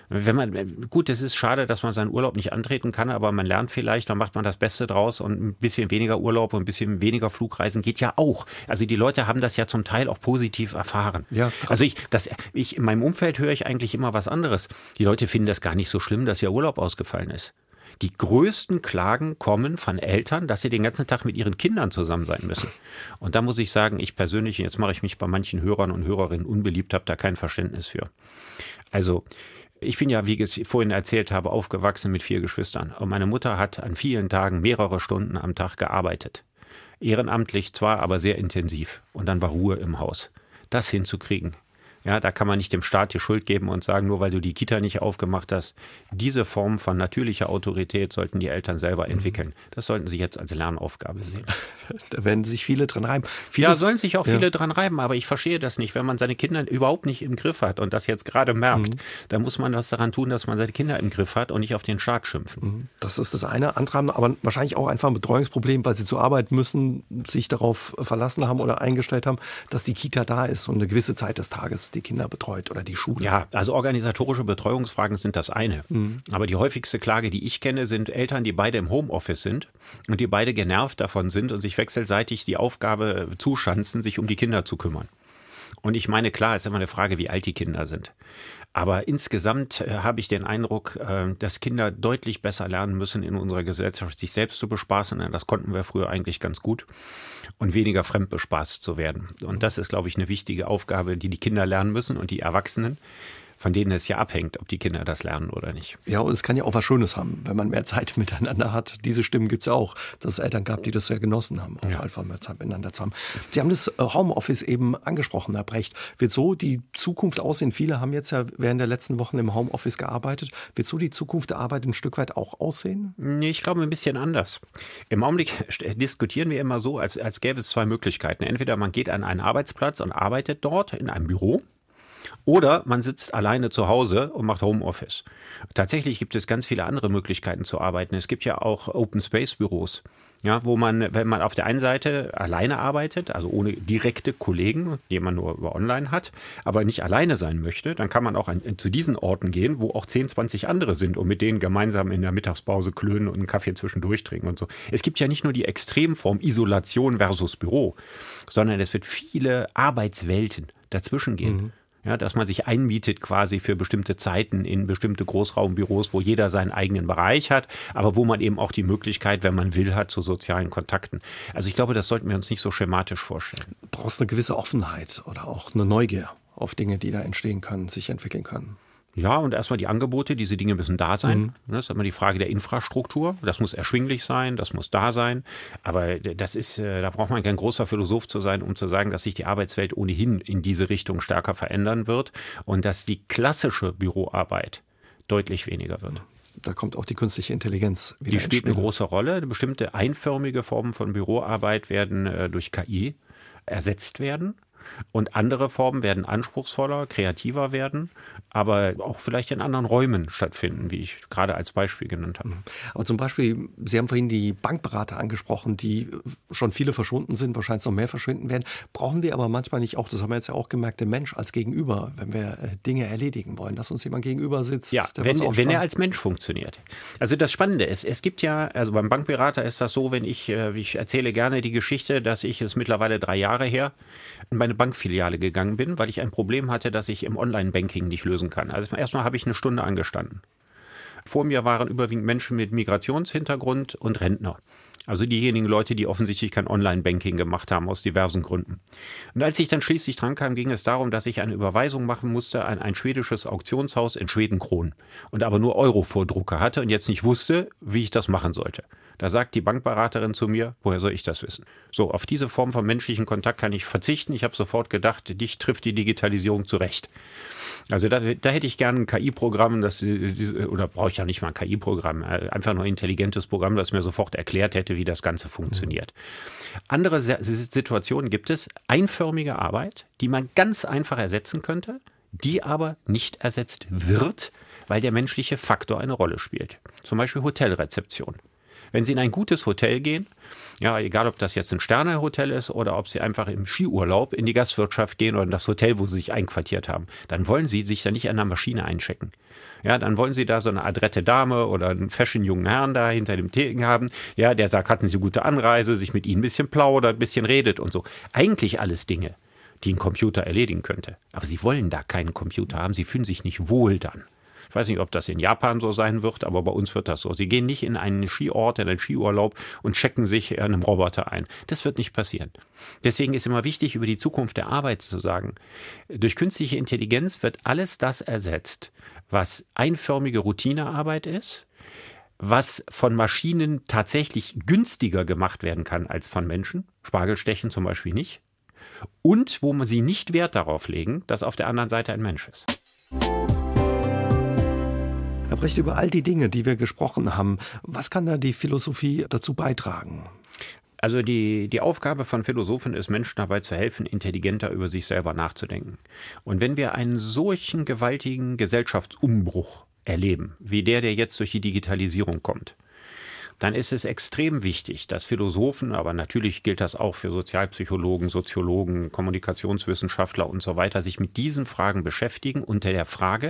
Wenn man, gut, es ist schade, dass man seinen Urlaub nicht antreten kann, aber man lernt vielleicht, dann macht man das Beste draus und ein bisschen weniger Urlaub und ein bisschen weniger Flugreisen geht ja auch. Also die Leute haben das ja zum Teil auch positiv erfahren. Ja, also ich, das, ich, in meinem Umfeld höre ich eigentlich immer was anderes. Die Leute finden das gar nicht so schlimm, dass ihr Urlaub ausgefallen ist. Die größten Klagen kommen von Eltern, dass sie den ganzen Tag mit ihren Kindern zusammen sein müssen. Und da muss ich sagen, ich persönlich, jetzt mache ich mich bei manchen Hörern und Hörerinnen unbeliebt, habe da kein Verständnis für. Also ich bin ja, wie ich es vorhin erzählt habe, aufgewachsen mit vier Geschwistern. Und meine Mutter hat an vielen Tagen mehrere Stunden am Tag gearbeitet. Ehrenamtlich zwar, aber sehr intensiv. Und dann war Ruhe im Haus. Das hinzukriegen, ja, da kann man nicht dem Staat die Schuld geben und sagen, nur weil du die Kita nicht aufgemacht hast. Diese Form von natürlicher Autorität sollten die Eltern selber entwickeln. Das sollten sie jetzt als Lernaufgabe sehen. Da werden sich viele dran reiben. Vieles, ja, sollen sich auch viele ja. dran reiben, aber ich verstehe das nicht. Wenn man seine Kinder überhaupt nicht im Griff hat und das jetzt gerade merkt, mhm. dann muss man was daran tun, dass man seine Kinder im Griff hat und nicht auf den Staat schimpfen. Das ist das eine. Andere haben aber wahrscheinlich auch einfach ein Betreuungsproblem, weil sie zur Arbeit müssen, sich darauf verlassen haben oder eingestellt haben, dass die Kita da ist und eine gewisse Zeit des Tages die Kinder betreut oder die Schule. Ja, also organisatorische Betreuungsfragen sind das eine. Mhm. Aber die häufigste Klage, die ich kenne, sind Eltern, die beide im Homeoffice sind und die beide genervt davon sind und sich wechselseitig die Aufgabe zuschanzen, sich um die Kinder zu kümmern. Und ich meine, klar, ist immer eine Frage, wie alt die Kinder sind. Aber insgesamt äh, habe ich den Eindruck, äh, dass Kinder deutlich besser lernen müssen, in unserer Gesellschaft sich selbst zu bespaßen. Das konnten wir früher eigentlich ganz gut. Und weniger fremdbespaßt zu werden. Und das ist, glaube ich, eine wichtige Aufgabe, die die Kinder lernen müssen und die Erwachsenen, von denen es ja abhängt, ob die Kinder das lernen oder nicht. Ja, und es kann ja auch was Schönes haben, wenn man mehr Zeit miteinander hat. Diese Stimmen gibt es ja auch, dass es Eltern gab, die das sehr genossen haben, auch ja. einfach mehr Zeit miteinander zu haben. Sie haben das Homeoffice eben angesprochen, Herr Brecht. Wird so die Zukunft aussehen? Viele haben jetzt ja während der letzten Wochen im Homeoffice gearbeitet. Wird so die Zukunft der Arbeit ein Stück weit auch aussehen? Nee, ich glaube ein bisschen anders. Im Augenblick diskutieren wir immer so, als, als gäbe es zwei Möglichkeiten. Entweder man geht an einen Arbeitsplatz und arbeitet dort in einem Büro. Oder man sitzt alleine zu Hause und macht Homeoffice. Tatsächlich gibt es ganz viele andere Möglichkeiten zu arbeiten. Es gibt ja auch Open-Space-Büros, ja, wo man, wenn man auf der einen Seite alleine arbeitet, also ohne direkte Kollegen, die man nur über online hat, aber nicht alleine sein möchte, dann kann man auch an, zu diesen Orten gehen, wo auch zehn, zwanzig andere sind und mit denen gemeinsam in der Mittagspause klönen und einen Kaffee zwischendurch trinken und so. Es gibt ja nicht nur die Extremform Isolation versus Büro, sondern es wird viele Arbeitswelten dazwischen gehen. Mhm. Ja, dass man sich einmietet quasi für bestimmte Zeiten in bestimmte Großraumbüros, wo jeder seinen eigenen Bereich hat, aber wo man eben auch die Möglichkeit, wenn man will, hat zu sozialen Kontakten. Also ich glaube, das sollten wir uns nicht so schematisch vorstellen. Du brauchst eine gewisse Offenheit oder auch eine Neugier auf Dinge, die da entstehen können, sich entwickeln können. Ja, und erstmal die Angebote, diese Dinge müssen da sein. Mhm. Das ist immer die Frage der Infrastruktur. Das muss erschwinglich sein, das muss da sein. Aber das ist, da braucht man kein großer Philosoph zu sein, um zu sagen, dass sich die Arbeitswelt ohnehin in diese Richtung stärker verändern wird und dass die klassische Büroarbeit deutlich weniger wird. Da kommt auch die künstliche Intelligenz wieder. Die spielt eine große Rolle. Bestimmte einförmige Formen von Büroarbeit werden äh, durch K I ersetzt werden. Und andere Formen werden anspruchsvoller, kreativer werden, aber auch vielleicht in anderen Räumen stattfinden, wie ich gerade als Beispiel genannt habe. Aber zum Beispiel, Sie haben vorhin die Bankberater angesprochen, die schon viele verschwunden sind, wahrscheinlich noch mehr verschwinden werden. Brauchen wir aber manchmal nicht auch, das haben wir jetzt ja auch gemerkt, den Mensch als Gegenüber, wenn wir Dinge erledigen wollen, dass uns jemand gegenüber sitzt. Ja, der wenn, wenn er als Mensch funktioniert. Also das Spannende ist, es gibt ja, also beim Bankberater ist das so, wenn ich, ich erzähle gerne die Geschichte, dass ich es mittlerweile drei Jahre her in meine Bankfiliale gegangen bin, weil ich ein Problem hatte, das ich im Online-Banking nicht lösen kann. Also erstmal habe ich eine Stunde angestanden. Vor mir waren überwiegend Menschen mit Migrationshintergrund und Rentner. Also diejenigen Leute, die offensichtlich kein Online-Banking gemacht haben, aus diversen Gründen. Und als ich dann schließlich dran kam, ging es darum, dass ich eine Überweisung machen musste an ein schwedisches Auktionshaus in Schwedenkronen und aber nur Euro-Vordrucke hatte und jetzt nicht wusste, wie ich das machen sollte. Da sagt die Bankberaterin zu mir, woher soll ich das wissen? So, auf diese Form von menschlichen Kontakt kann ich verzichten. Ich habe sofort gedacht, dich trifft die Digitalisierung zurecht. Also da, da hätte ich gerne ein K I-Programm, das, oder brauche ich ja nicht mal ein K I-Programm, einfach nur ein intelligentes Programm, das mir sofort erklärt hätte, wie das Ganze funktioniert. Mhm. Andere Situationen gibt es, einförmige Arbeit, die man ganz einfach ersetzen könnte, die aber nicht ersetzt wird, weil der menschliche Faktor eine Rolle spielt. Zum Beispiel Hotelrezeption. Wenn Sie in ein gutes Hotel gehen, ja, egal ob das jetzt ein Sterne-Hotel ist oder ob Sie einfach im Skiurlaub in die Gastwirtschaft gehen oder in das Hotel, wo Sie sich einquartiert haben, dann wollen Sie sich da nicht an der Maschine einchecken. Ja, dann wollen Sie da so eine adrette Dame oder einen fashion jungen Herrn da hinter dem Theken haben, ja, der sagt, hatten Sie gute Anreise, sich mit Ihnen ein bisschen plaudert, ein bisschen redet und so. Eigentlich alles Dinge, die ein Computer erledigen könnte. Aber Sie wollen da keinen Computer haben, Sie fühlen sich nicht wohl dann. Ich weiß nicht, ob das in Japan so sein wird, aber bei uns wird das so. Sie gehen nicht in einen Skiort, in einen Skiurlaub und checken sich einem Roboter ein. Das wird nicht passieren. Deswegen ist immer wichtig, über die Zukunft der Arbeit zu sagen, durch künstliche Intelligenz wird alles das ersetzt, was einförmige Routinearbeit ist, was von Maschinen tatsächlich günstiger gemacht werden kann als von Menschen, Spargelstechen zum Beispiel nicht, und wo man sie nicht Wert darauf legen, dass auf der anderen Seite ein Mensch ist. Herr Brecht, über all die Dinge, die wir gesprochen haben, was kann da die Philosophie dazu beitragen? Also die, die Aufgabe von Philosophen ist, Menschen dabei zu helfen, intelligenter über sich selber nachzudenken. Und wenn wir einen solchen gewaltigen Gesellschaftsumbruch erleben, wie der, der jetzt durch die Digitalisierung kommt, dann ist es extrem wichtig, dass Philosophen, aber natürlich gilt das auch für Sozialpsychologen, Soziologen, Kommunikationswissenschaftler und so weiter, sich mit diesen Fragen beschäftigen unter der Frage,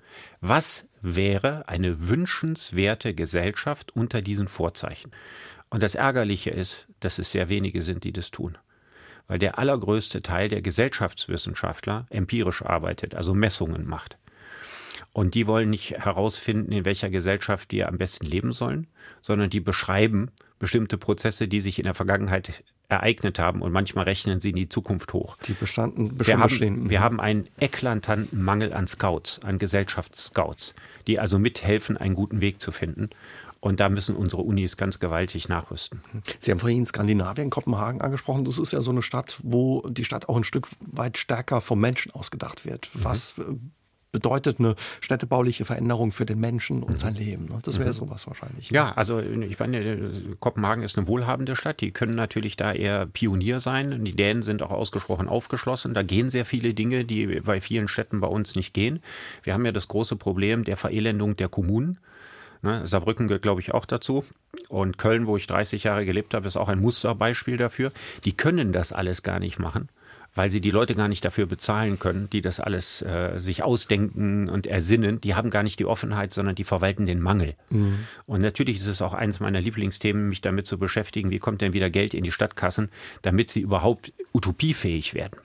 was wäre eine wünschenswerte Gesellschaft unter diesen Vorzeichen? Und das Ärgerliche ist, dass es sehr wenige sind, die das tun. Weil der allergrößte Teil der Gesellschaftswissenschaftler empirisch arbeitet, also Messungen macht. Und die wollen nicht herausfinden, in welcher Gesellschaft wir am besten leben sollen, sondern die beschreiben bestimmte Prozesse, die sich in der Vergangenheit ereignet haben, und manchmal rechnen sie in die Zukunft hoch. Die bestanden, wir, haben, wir haben einen eklatanten Mangel an Scouts, an Gesellschaftsscouts, die also mithelfen, einen guten Weg zu finden. Und da müssen unsere Unis ganz gewaltig nachrüsten. Sie haben vorhin Skandinavien, Kopenhagen angesprochen. Das ist ja so eine Stadt, wo die Stadt auch ein Stück weit stärker vom Menschen ausgedacht wird. Mhm. Was bedeutet eine städtebauliche Veränderung für den Menschen und sein Leben? Das wäre sowas wahrscheinlich. Ja, also ich meine, Kopenhagen ist eine wohlhabende Stadt. Die können natürlich da eher Pionier sein. Die Dänen sind auch ausgesprochen aufgeschlossen. Da gehen sehr viele Dinge, die bei vielen Städten bei uns nicht gehen. Wir haben ja das große Problem der Verelendung der Kommunen. Ne, Saarbrücken gehört, glaube ich, auch dazu. Und Köln, wo ich dreißig Jahre gelebt habe, ist auch ein Musterbeispiel dafür. Die können das alles gar nicht machen, weil sie die Leute gar nicht dafür bezahlen können, die das alles äh, sich ausdenken und ersinnen. Die haben gar nicht die Offenheit, sondern die verwalten den Mangel. Mhm. Und natürlich ist es auch eines meiner Lieblingsthemen, mich damit zu beschäftigen, wie kommt denn wieder Geld in die Stadtkassen, damit sie überhaupt utopiefähig werden.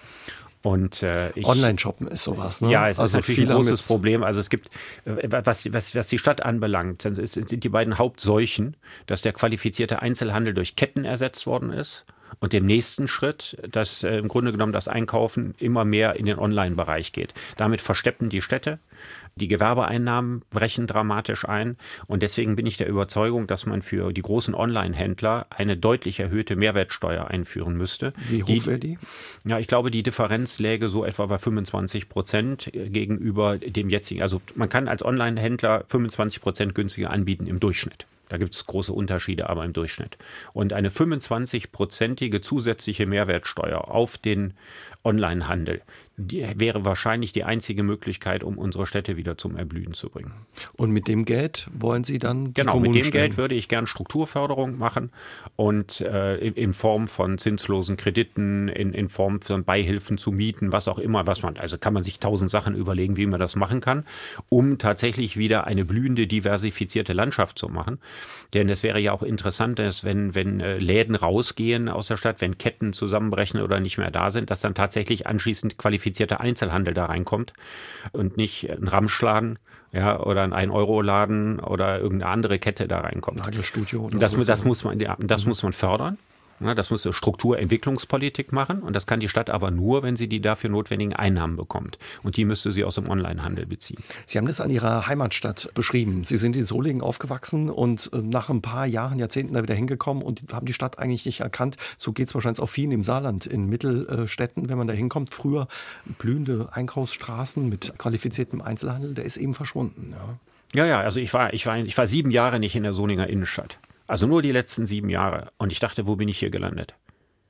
Und, äh, ich, Online-Shoppen ist sowas, ne? Ja, es also ist natürlich ein großes Problem. Also es gibt, äh, was, was, was die Stadt anbelangt, dann ist, sind die beiden Hauptseuchen, dass der qualifizierte Einzelhandel durch Ketten ersetzt worden ist. Und im nächsten Schritt, dass äh, im Grunde genommen das Einkaufen immer mehr in den Online-Bereich geht. Damit versteppen die Städte. Die Gewerbeeinnahmen brechen dramatisch ein. Und deswegen bin ich der Überzeugung, dass man für die großen Online-Händler eine deutlich erhöhte Mehrwertsteuer einführen müsste. Wie hoch wäre die? Ja, ich glaube, die Differenz läge so etwa bei fünfundzwanzig Prozent gegenüber dem jetzigen. Also man kann als Online-Händler fünfundzwanzig Prozent günstiger anbieten im Durchschnitt. Da gibt es große Unterschiede, aber im Durchschnitt. Und eine fünfundzwanzig-prozentige zusätzliche Mehrwertsteuer auf den Onlinehandel, die wäre wahrscheinlich die einzige Möglichkeit, um unsere Städte wieder zum Erblühen zu bringen. Und mit dem Geld wollen Sie dann die Genau, Kommunen mit dem stellen? Geld würde ich gern Strukturförderung machen und äh, in, in Form von zinslosen Krediten, in, in Form von Beihilfen zu Mieten, was auch immer, was man, also kann man sich tausend Sachen überlegen, wie man das machen kann, um tatsächlich wieder eine blühende, diversifizierte Landschaft zu machen. Denn es wäre ja auch interessant, dass wenn, wenn äh, Läden rausgehen aus der Stadt, wenn Ketten zusammenbrechen oder nicht mehr da sind, dass dann tatsächlich anschließend qualifizierter Einzelhandel da reinkommt und nicht ein Ramschladen, ja, oder ein ein-Euro-Laden oder irgendeine andere Kette da reinkommt. Nagelstudio oder das, so. das muss man, ja, das mhm. muss man fördern. Ja, das muss Strukturentwicklungspolitik machen, und das kann die Stadt aber nur, wenn sie die dafür notwendigen Einnahmen bekommt. Und die müsste sie aus dem Onlinehandel beziehen. Sie haben das an Ihrer Heimatstadt beschrieben. Sie sind in Solingen aufgewachsen und nach ein paar Jahren, Jahrzehnten da wieder hingekommen und haben die Stadt eigentlich nicht erkannt. So geht es wahrscheinlich auch vielen im Saarland, in Mittelstädten, wenn man da hinkommt. Früher blühende Einkaufsstraßen mit qualifiziertem Einzelhandel, der ist eben verschwunden. Ja, ja, ja, also ich war, ich war, ich war sieben Jahre nicht in der Solinger Innenstadt. Also nur die letzten sieben Jahre. Und ich dachte, wo bin ich hier gelandet?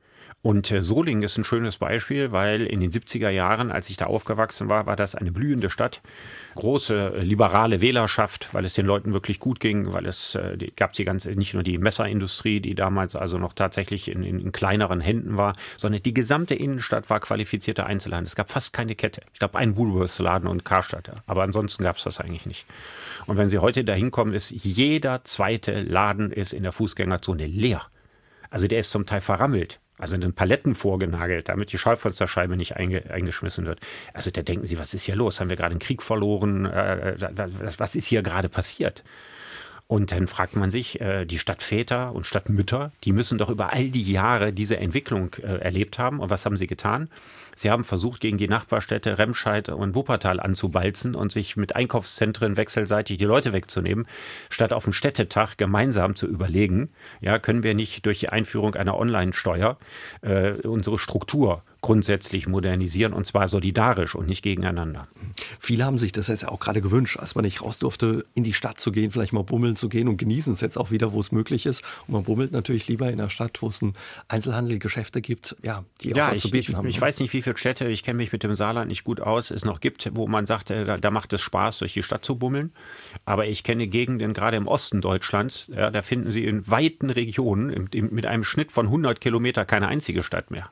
Und äh, Solingen ist ein schönes Beispiel, weil in den siebziger Jahren, als ich da aufgewachsen war, war das eine blühende Stadt. Große äh, liberale Wählerschaft, weil es den Leuten wirklich gut ging, weil es äh, die, gab die ganze, nicht nur die Messerindustrie, die damals also noch tatsächlich in, in, in kleineren Händen war, sondern die gesamte Innenstadt war qualifizierter Einzelhandel. Es gab fast keine Kette. Ich glaube, einen Woolworths-Laden und Karstadt, aber ansonsten gab es das eigentlich nicht. Und wenn Sie heute da hinkommen, ist jeder zweite Laden ist in der Fußgängerzone leer. Also der ist zum Teil verrammelt. Also in den Paletten vorgenagelt, damit die Schaufensterscheibe nicht einge, eingeschmissen wird. Also da denken Sie, was ist hier los? Haben wir gerade einen Krieg verloren? Äh, was ist hier gerade passiert? Und dann fragt man sich, äh, die Stadtväter und Stadtmütter, die müssen doch über all die Jahre diese Entwicklung äh, erlebt haben. Und was haben sie getan? Sie haben versucht, gegen die Nachbarstädte Remscheid und Wuppertal anzubalzen und sich mit Einkaufszentren wechselseitig die Leute wegzunehmen, statt auf dem Städtetag gemeinsam zu überlegen, ja, können wir nicht durch die Einführung einer Online-Steuer äh, unsere Struktur grundsätzlich modernisieren, und zwar solidarisch und nicht gegeneinander. Viele haben sich das jetzt auch gerade gewünscht, als man nicht raus durfte, in die Stadt zu gehen, vielleicht mal bummeln zu gehen, und genießen es jetzt auch wieder, wo es möglich ist. Und man bummelt natürlich lieber in der Stadt, wo es einen Einzelhandel, Geschäfte gibt, ja, die auch ja, was ich, zu bieten ich, haben. Ich weiß nicht, wie viele Städte, ich kenne mich mit dem Saarland nicht gut aus, es noch gibt, wo man sagt, da, da macht es Spaß, durch die Stadt zu bummeln. Aber ich kenne Gegenden, gerade im Osten Deutschlands, ja, da finden Sie in weiten Regionen im, im, mit einem Schnitt von hundert Kilometer keine einzige Stadt mehr.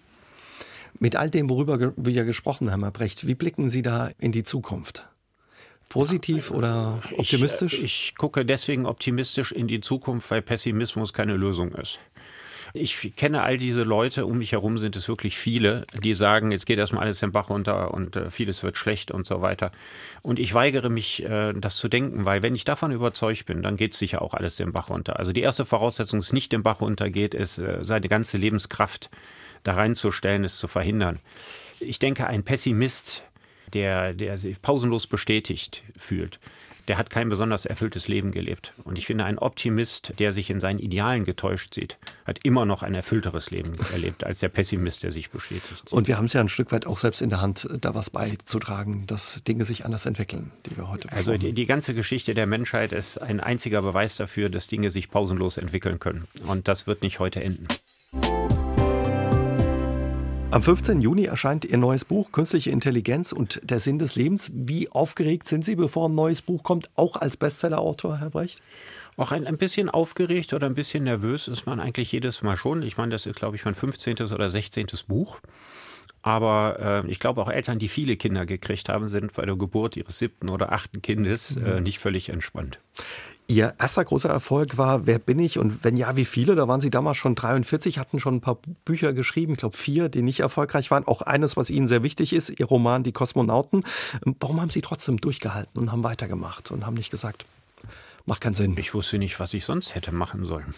Mit all dem, worüber wir gesprochen haben, Herr Brecht, wie blicken Sie da in die Zukunft? Positiv oder optimistisch? Ich, ich gucke deswegen optimistisch in die Zukunft, weil Pessimismus keine Lösung ist. Ich kenne all diese Leute, um mich herum sind es wirklich viele, die sagen, jetzt geht erstmal alles den Bach runter und äh, vieles wird schlecht und so weiter. Und ich weigere mich, äh, das zu denken, weil wenn ich davon überzeugt bin, dann geht sicher auch alles den Bach runter. Also die erste Voraussetzung, dass es nicht den Bach runtergeht, ist äh, seine ganze Lebenskraft da reinzustellen, es zu verhindern. Ich denke, ein Pessimist, der, der sich pausenlos bestätigt fühlt, der hat kein besonders erfülltes Leben gelebt. Und ich finde, ein Optimist, der sich in seinen Idealen getäuscht sieht, hat immer noch ein erfüllteres Leben erlebt als der Pessimist, der sich bestätigt sieht. Und wir haben es ja ein Stück weit auch selbst in der Hand, da was beizutragen, dass Dinge sich anders entwickeln, die wir heute Also die, die ganze Geschichte der Menschheit ist ein einziger Beweis dafür, dass Dinge sich pausenlos entwickeln können. Und das wird nicht heute enden. Am fünfzehnten Juni erscheint Ihr neues Buch Künstliche Intelligenz und der Sinn des Lebens. Wie aufgeregt sind Sie, bevor ein neues Buch kommt, auch als Bestsellerautor, Herr Brecht? Auch ein, ein bisschen aufgeregt oder ein bisschen nervös ist man eigentlich jedes Mal schon. Ich meine, das ist, glaube ich, mein fünfzehntes oder sechzehntes Buch. Aber äh, ich glaube, auch Eltern, die viele Kinder gekriegt haben, sind bei der Geburt ihres siebten oder achten Kindes äh, nicht völlig entspannt. Ihr erster großer Erfolg war Wer bin ich? Und wenn ja, wie viele? Da waren Sie damals schon dreiundvierzig, hatten schon ein paar Bücher geschrieben, ich glaube vier, die nicht erfolgreich waren. Auch eines, was Ihnen sehr wichtig ist, Ihr Roman Die Kosmonauten. Warum haben Sie trotzdem durchgehalten und haben weitergemacht und haben nicht gesagt, macht keinen Sinn? Ich wusste nicht, was ich sonst hätte machen sollen.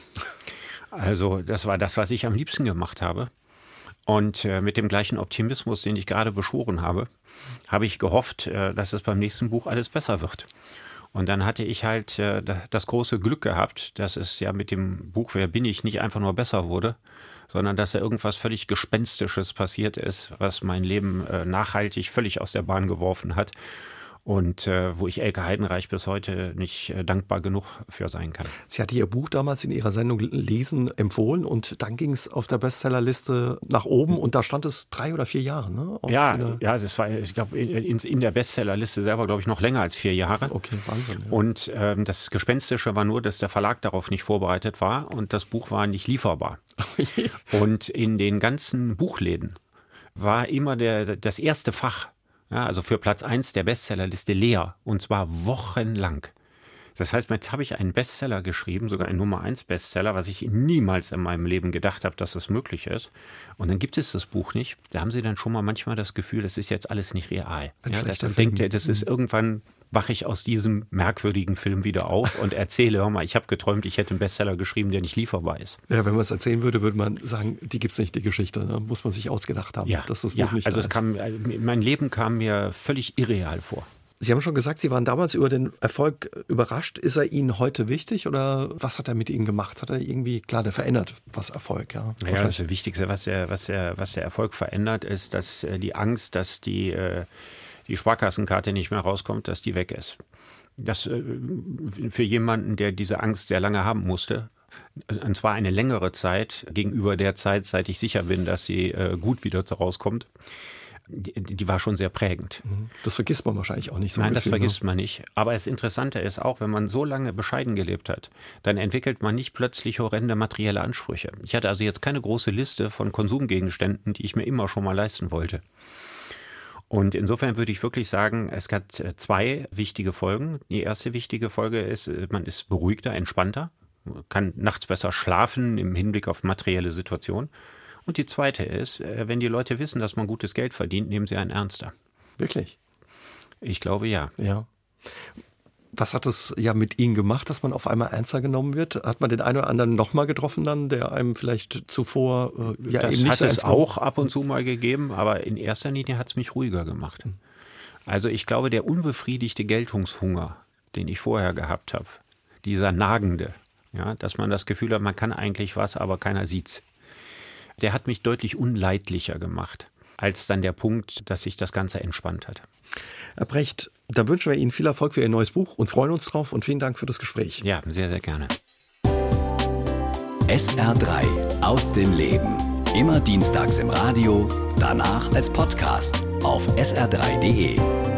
Also das war das, was ich am liebsten gemacht habe. Und äh, mit dem gleichen Optimismus, den ich gerade beschworen habe, habe ich gehofft, äh, dass es beim nächsten Buch alles besser wird. Und dann hatte ich halt äh, das große Glück gehabt, dass es ja mit dem Buch Wer bin ich nicht einfach nur besser wurde, sondern dass da irgendwas völlig Gespenstisches passiert ist, was mein Leben äh, nachhaltig völlig aus der Bahn geworfen hat. Und äh, wo ich Elke Heidenreich bis heute nicht äh, dankbar genug für sein kann. Sie hatte Ihr Buch damals in Ihrer Sendung Lesen empfohlen und dann ging es auf der Bestsellerliste nach oben und da stand es drei oder vier Jahre, ne? Auf ja, eine... ja, es war, ich glaube, in, in der Bestsellerliste selber, glaube ich, noch länger als vier Jahre. Okay, Wahnsinn. Ja. Und ähm, das Gespenstische war nur, dass der Verlag darauf nicht vorbereitet war und das Buch war nicht lieferbar. Und in den ganzen Buchläden war immer der, das erste Fach, ja, also für Platz eins der Bestsellerliste leer, und zwar wochenlang. Das heißt, jetzt habe ich einen Bestseller geschrieben, sogar einen Nummer eins Bestseller, was ich niemals in meinem Leben gedacht habe, dass das möglich ist. Und dann gibt es das Buch nicht. Da haben Sie dann schon mal manchmal das Gefühl, das ist jetzt alles nicht real. Ja, das denkt ihr, das ist irgendwann, wache ich aus diesem merkwürdigen Film wieder auf und erzähle, hör mal, ich habe geträumt, ich hätte einen Bestseller geschrieben, der nicht lieferbar ist. Ja, wenn man es erzählen würde, würde man sagen, die gibt es nicht, die Geschichte. Da muss man sich ausgedacht haben, ja, dass das Buch ja, nicht also da es kam, mein Leben kam mir völlig irreal vor. Sie haben schon gesagt, Sie waren damals über den Erfolg überrascht. Ist er Ihnen heute wichtig oder was hat er mit Ihnen gemacht? Hat er irgendwie, klar, der verändert was Erfolg, ja? Ja, das Wichtigste, was der, was der, was der Erfolg verändert, ist, dass die Angst, dass die, die Sparkassenkarte nicht mehr rauskommt, dass die weg ist. Das für jemanden, der diese Angst sehr lange haben musste, und zwar eine längere Zeit gegenüber der Zeit, seit ich sicher bin, dass sie äh, gut wieder rauskommt. Die, die war schon sehr prägend. Das vergisst man wahrscheinlich auch nicht so. Nein, das viel, vergisst ne? man nicht. Aber das Interessante ist auch, wenn man so lange bescheiden gelebt hat, dann entwickelt man nicht plötzlich horrende materielle Ansprüche. Ich hatte also jetzt keine große Liste von Konsumgegenständen, die ich mir immer schon mal leisten wollte. Und insofern würde ich wirklich sagen, es hat zwei wichtige Folgen. Die erste wichtige Folge ist, man ist beruhigter, entspannter, kann nachts besser schlafen im Hinblick auf materielle Situationen. Und die zweite ist, wenn die Leute wissen, dass man gutes Geld verdient, nehmen sie einen ernster. Wirklich? Ich glaube, ja. Ja. Was hat es ja mit Ihnen gemacht, dass man auf einmal ernster genommen wird? Hat man den einen oder anderen nochmal getroffen dann, der einem vielleicht zuvor äh, ja das eben nicht hat so es ernst auch ab und zu mal gegeben, aber in erster Linie hat es mich ruhiger gemacht. Also ich glaube, der unbefriedigte Geltungshunger, den ich vorher gehabt habe, dieser nagende, ja, dass man das Gefühl hat, man kann eigentlich was, aber keiner sieht's. Der hat mich deutlich unleidlicher gemacht, als dann der Punkt, dass sich das Ganze entspannt hat. Herr Brecht, dann wünschen wir Ihnen viel Erfolg für Ihr neues Buch und freuen uns drauf und vielen Dank für das Gespräch. Ja, sehr, sehr gerne. S R drei aus dem Leben. Immer dienstags im Radio, danach als Podcast auf S R drei punkt de.